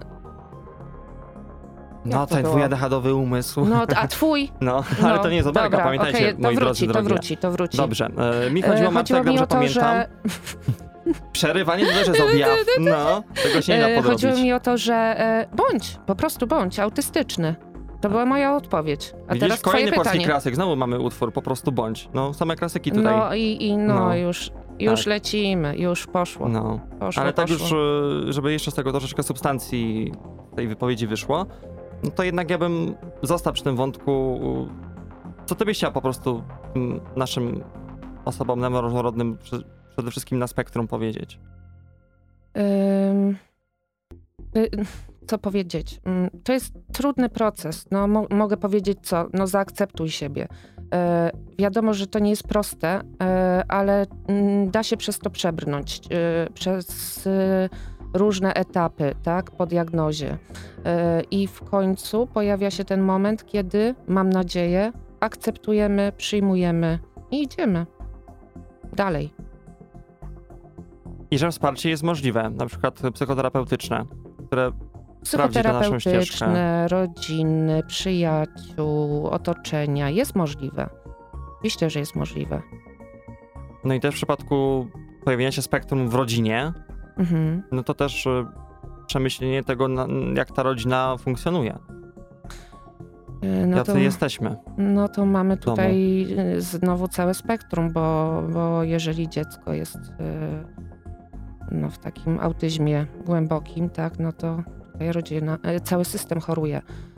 No, Jak to ten było? twój A D H D-owy umysł. No, a twój? No, ale No, to nie jest oberka, dobra, pamiętajcie, okej, moi to drodzy wróci, to drogie. wróci, to wróci. Dobrze, e, mi chodziło, E, Marta, jak mi dobrze o to, pamiętam. że... Przerywanie to też jest objaw. No, tego się nie da E, podrobić. Chodziło mi o to, że e, bądź, po prostu bądź autystyczny. To była moja odpowiedź. A Widzisz, teraz kolejny twoje polski pytanie. klasyk, znowu mamy utwór, po prostu bądź. No, same klasyki tutaj. No i, i no, No. już, już Tak. lecimy, już poszło. No. poszło Ale tak poszło. już, y, żeby jeszcze z tego troszeczkę substancji tej wypowiedzi wyszło, no to jednak ja bym został przy tym wątku. Co ty byś chciał po prostu tym naszym osobom neuroróżnorodnym przede wszystkim na spektrum powiedzieć? Ym, y, co powiedzieć? Ym, To jest trudny proces. No, mo- mogę powiedzieć co? No zaakceptuj siebie. E, wiadomo, że to nie jest proste, e, ale mm, da się przez to przebrnąć. E, przez e, różne etapy, tak? Po diagnozie. E, I w końcu pojawia się ten moment, kiedy, mam nadzieję, akceptujemy, przyjmujemy i idziemy dalej. I że wsparcie jest możliwe, na przykład psychoterapeutyczne, które sprawdzi tę naszą ścieżkę. Psychoterapeutyczne, rodziny, przyjaciół, otoczenia. Jest możliwe. Oczywiście, że jest możliwe. No i też w przypadku pojawienia się spektrum w rodzinie, Mhm. no to też y, przemyślenie tego, na, jak ta rodzina funkcjonuje. Y, No Jacy to, jesteśmy. no to mamy tutaj y, znowu całe spektrum, bo, bo jeżeli dziecko jest y, no, w takim autyzmie głębokim, tak, no to tutaj rodzina, y, cały system choruje.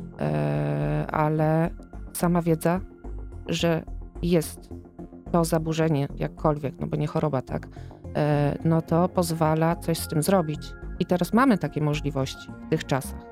Y, Ale sama wiedza, że jest to zaburzenie jakkolwiek, no bo nie choroba, tak, e, no to pozwala coś z tym zrobić. I teraz mamy takie możliwości w tych czasach.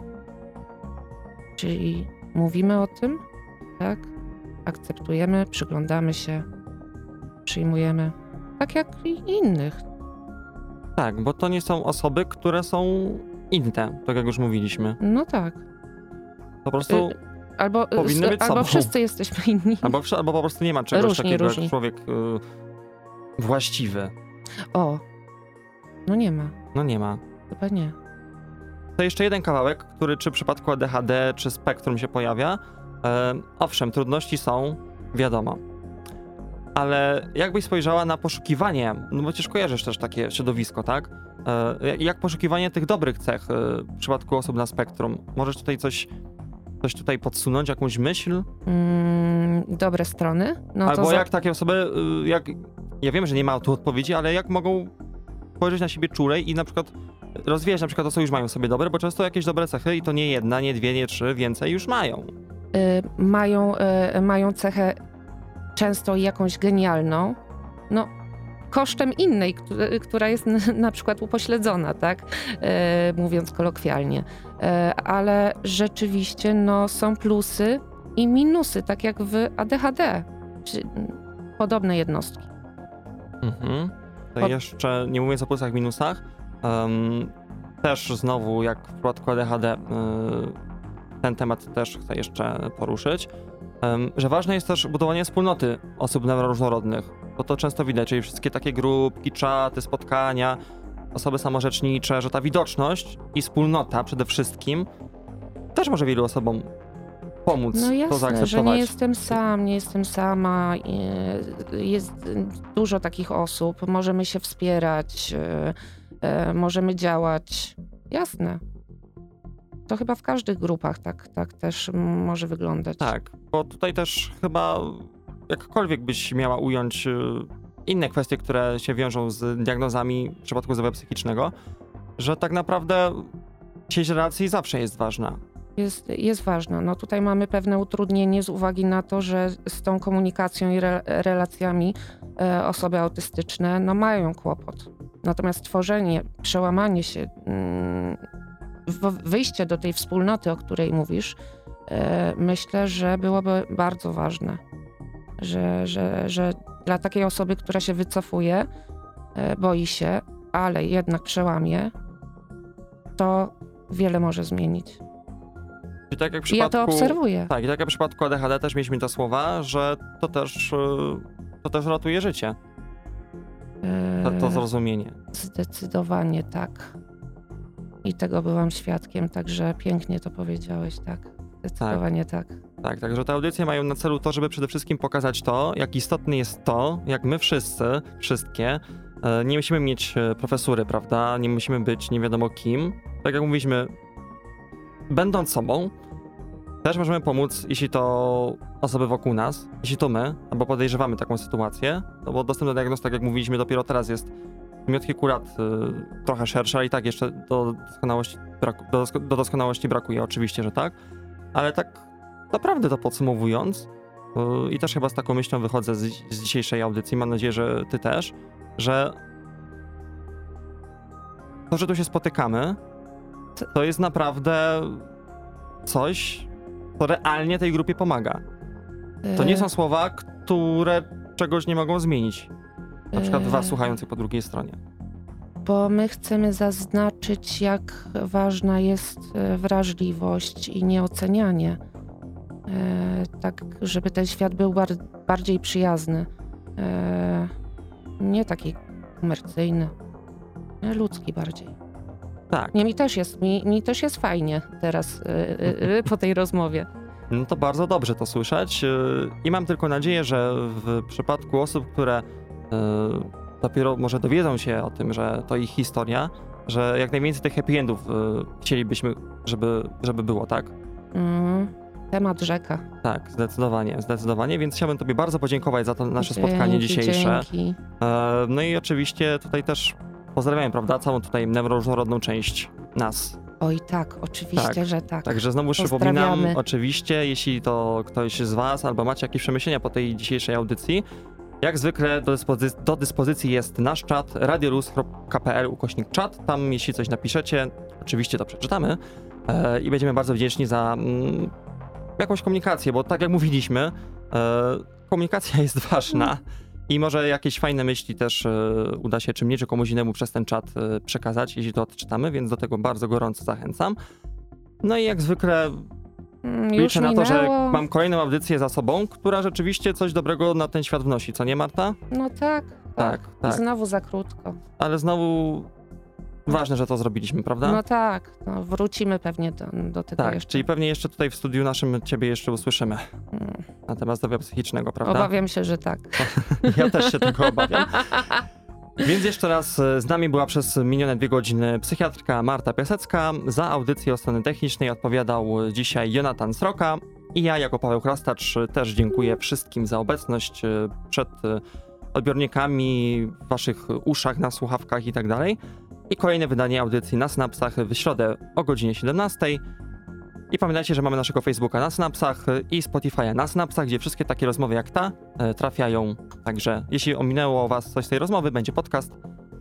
Czyli mówimy o tym, tak, akceptujemy, przyglądamy się, przyjmujemy, tak jak i innych. Tak, bo to nie są osoby, które są inne, tak jak już mówiliśmy. No tak. Po prostu, Y, Albo, powinny być albo sobą. wszyscy jesteśmy inni. albo, wsz- albo po prostu nie ma czegoś Różni, takiego różni. jak człowiek y, właściwy. O, no nie ma, No nie ma. chyba nie. To jeszcze jeden kawałek, który czy w przypadku A D H D, czy spektrum się pojawia. E, owszem, trudności są, wiadomo. Ale jakbyś spojrzała na poszukiwanie, no bo przecież kojarzysz też takie środowisko, tak? E, jak- jak poszukiwanie tych dobrych cech e, w przypadku osób na spektrum? Możesz tutaj coś, coś tutaj podsunąć, jakąś myśl? Mm, dobre strony. No Albo to za- jak takie osoby, y, jak, ja wiem, że nie ma tu odpowiedzi, ale jak mogą spojrzeć na siebie czulej i na przykład rozwijać na przykład to, co już mają w sobie dobre, bo często jakieś dobre cechy i to nie jedna, nie dwie, nie trzy, więcej już mają. y, mają, y, mają cechę często jakąś genialną, no kosztem innej, któ- która jest n- na przykład upośledzona, tak, y, mówiąc kolokwialnie. Y, ale rzeczywiście no, są plusy i minusy, tak jak w A D H D, czy mm, podobne jednostki. Mhm. To Pod- jeszcze, nie mówiąc o plusach, minusach, em, też znowu, jak w przypadku A D H D, y, ten temat też chcę jeszcze poruszyć, em, że ważne jest też budowanie wspólnoty osób neuroróżnorodnych, bo to często widać, czyli wszystkie takie grupki, czaty, spotkania, osoby samorzecznicze, że ta widoczność i wspólnota przede wszystkim też może wielu osobom pomóc No to jasne, że zaakceptować. nie jestem sam, nie jestem sama. y, Jest dużo takich osób, możemy się wspierać, y, y, możemy działać. Jasne. To chyba w każdych grupach tak, tak też może wyglądać. Tak, bo tutaj też chyba jakkolwiek byś miała ująć y, inne kwestie, które się wiążą z diagnozami w przypadku zdrowia psychicznego, że tak naprawdę sieć relacji zawsze jest ważna. Jest, jest ważna. No tutaj mamy pewne utrudnienie z uwagi na to, że z tą komunikacją i re, relacjami e, osoby autystyczne no, mają kłopot. Natomiast tworzenie, przełamanie się, mm, w- wyjście do tej wspólnoty, o której mówisz, e, myślę, że byłoby bardzo ważne. Że, że, że dla takiej osoby, która się wycofuje, e, boi się, ale jednak przełamie, to wiele może zmienić. I tak jak w I ja przypadku, to obserwuję. Tak, i tak jak w przypadku A D H D też mieliśmy te słowa, że to też, y, to też ratuje życie, to, to E, zrozumienie. Zdecydowanie tak. I tego byłam świadkiem, także pięknie to powiedziałeś, tak. Zdecydowanie tak. Tak, także te audycje mają na celu to, żeby przede wszystkim pokazać to, jak istotne jest to, jak my wszyscy, wszystkie, e, nie musimy mieć e, profesury, prawda? Nie musimy być nie wiadomo kim. Tak jak mówiliśmy, będąc sobą, też możemy pomóc, jeśli to osoby wokół nas, jeśli to my, albo podejrzewamy taką sytuację, no bo dostęp do diagnoz, tak jak mówiliśmy, dopiero teraz jest mimo od kilku lat y, trochę szerszy, ale i tak jeszcze do doskonałości, braku, do, dosko- do doskonałości brakuje, oczywiście, że tak. ale tak naprawdę to podsumowując, yy, i też chyba z taką myślą wychodzę z, z dzisiejszej audycji, mam nadzieję, że ty też, że to, że tu się spotykamy, to jest naprawdę coś, co realnie tej grupie pomaga. To nie są słowa, które czegoś nie mogą zmienić. Na przykład was słuchających po drugiej stronie. Bo my chcemy zaznaczyć, jak ważna jest e, wrażliwość i nieocenianie. E, tak, żeby ten świat był bar- bardziej przyjazny. E, nie taki komercyjny, nie, ludzki bardziej. Tak. Nie, mi też jest, mi, mi też jest fajnie teraz e, e, po tej rozmowie. No to bardzo dobrze to słyszeć yy, i mam tylko nadzieję, że w przypadku osób, które yy, dopiero może dowiedzą się o tym, że to ich historia, że jak najwięcej tych happy endów yy, chcielibyśmy, żeby, żeby było, tak? Mm, temat rzeka. Tak, zdecydowanie, zdecydowanie, więc chciałbym tobie bardzo podziękować za to nasze spotkanie Dzięki, dzisiejsze. Dzięki. Yy, no i oczywiście tutaj też pozdrawiam, prawda, całą tutaj neuroróżnorodną część nas. Oj tak, oczywiście, Tak, że tak. Także znowu przypominam, Pozdrawiamy. oczywiście, jeśli to ktoś z was albo macie jakieś przemyślenia po tej dzisiejszej audycji, jak zwykle do, dyspozy- do dyspozycji jest nasz czat radioluz kropka p l ukośnik czat. Tam jeśli coś napiszecie, oczywiście to przeczytamy e, i będziemy bardzo wdzięczni za mm, jakąś komunikację, bo tak jak mówiliśmy, e, komunikacja jest ważna i może jakieś fajne myśli też e, uda się czy mnie, czy komuś innemu przez ten czat e, przekazać, jeśli to odczytamy, więc do tego bardzo gorąco zachęcam. No i jak zwykle Mm, Już liczę na to, że minęło. mam kolejną audycję za sobą, która rzeczywiście coś dobrego na ten świat wnosi, co nie, Marta? No tak, Tak, I tak. znowu za krótko. Ale znowu ważne, że to zrobiliśmy, prawda? No tak, no, wrócimy pewnie do, do tego tak, jeszcze. czyli pewnie jeszcze tutaj w studiu naszym ciebie jeszcze usłyszymy Mm, na temat zdrowia psychicznego, prawda? Obawiam się, że tak. Ja też się tego obawiam. Więc jeszcze raz e, z nami była przez minione dwie godziny psychiatrka Marta Piasecka. Za audycję od strony technicznej odpowiadał dzisiaj Jonatan Sroka. I ja jako Paweł Chrastacz też dziękuję wszystkim za obecność e, przed e, odbiornikami, w waszych uszach, na słuchawkach i tak dalej. I kolejne wydanie audycji na Synapsach w środę o godzinie siedemnastej. I pamiętajcie, że mamy naszego Facebooka na Synapsach i Spotify'a na Synapsach, gdzie wszystkie takie rozmowy jak ta e, trafiają. Także jeśli ominęło was coś z tej rozmowy, będzie podcast.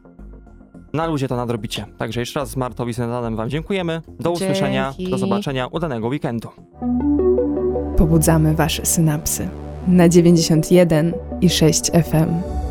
Na luzie to nadrobicie. Także jeszcze raz z Martą i z Natanem wam dziękujemy. Do usłyszenia, Dzięki. do zobaczenia, udanego weekendu. Pobudzamy wasze synapsy na dziewięćdziesiąt jeden i sześć F M.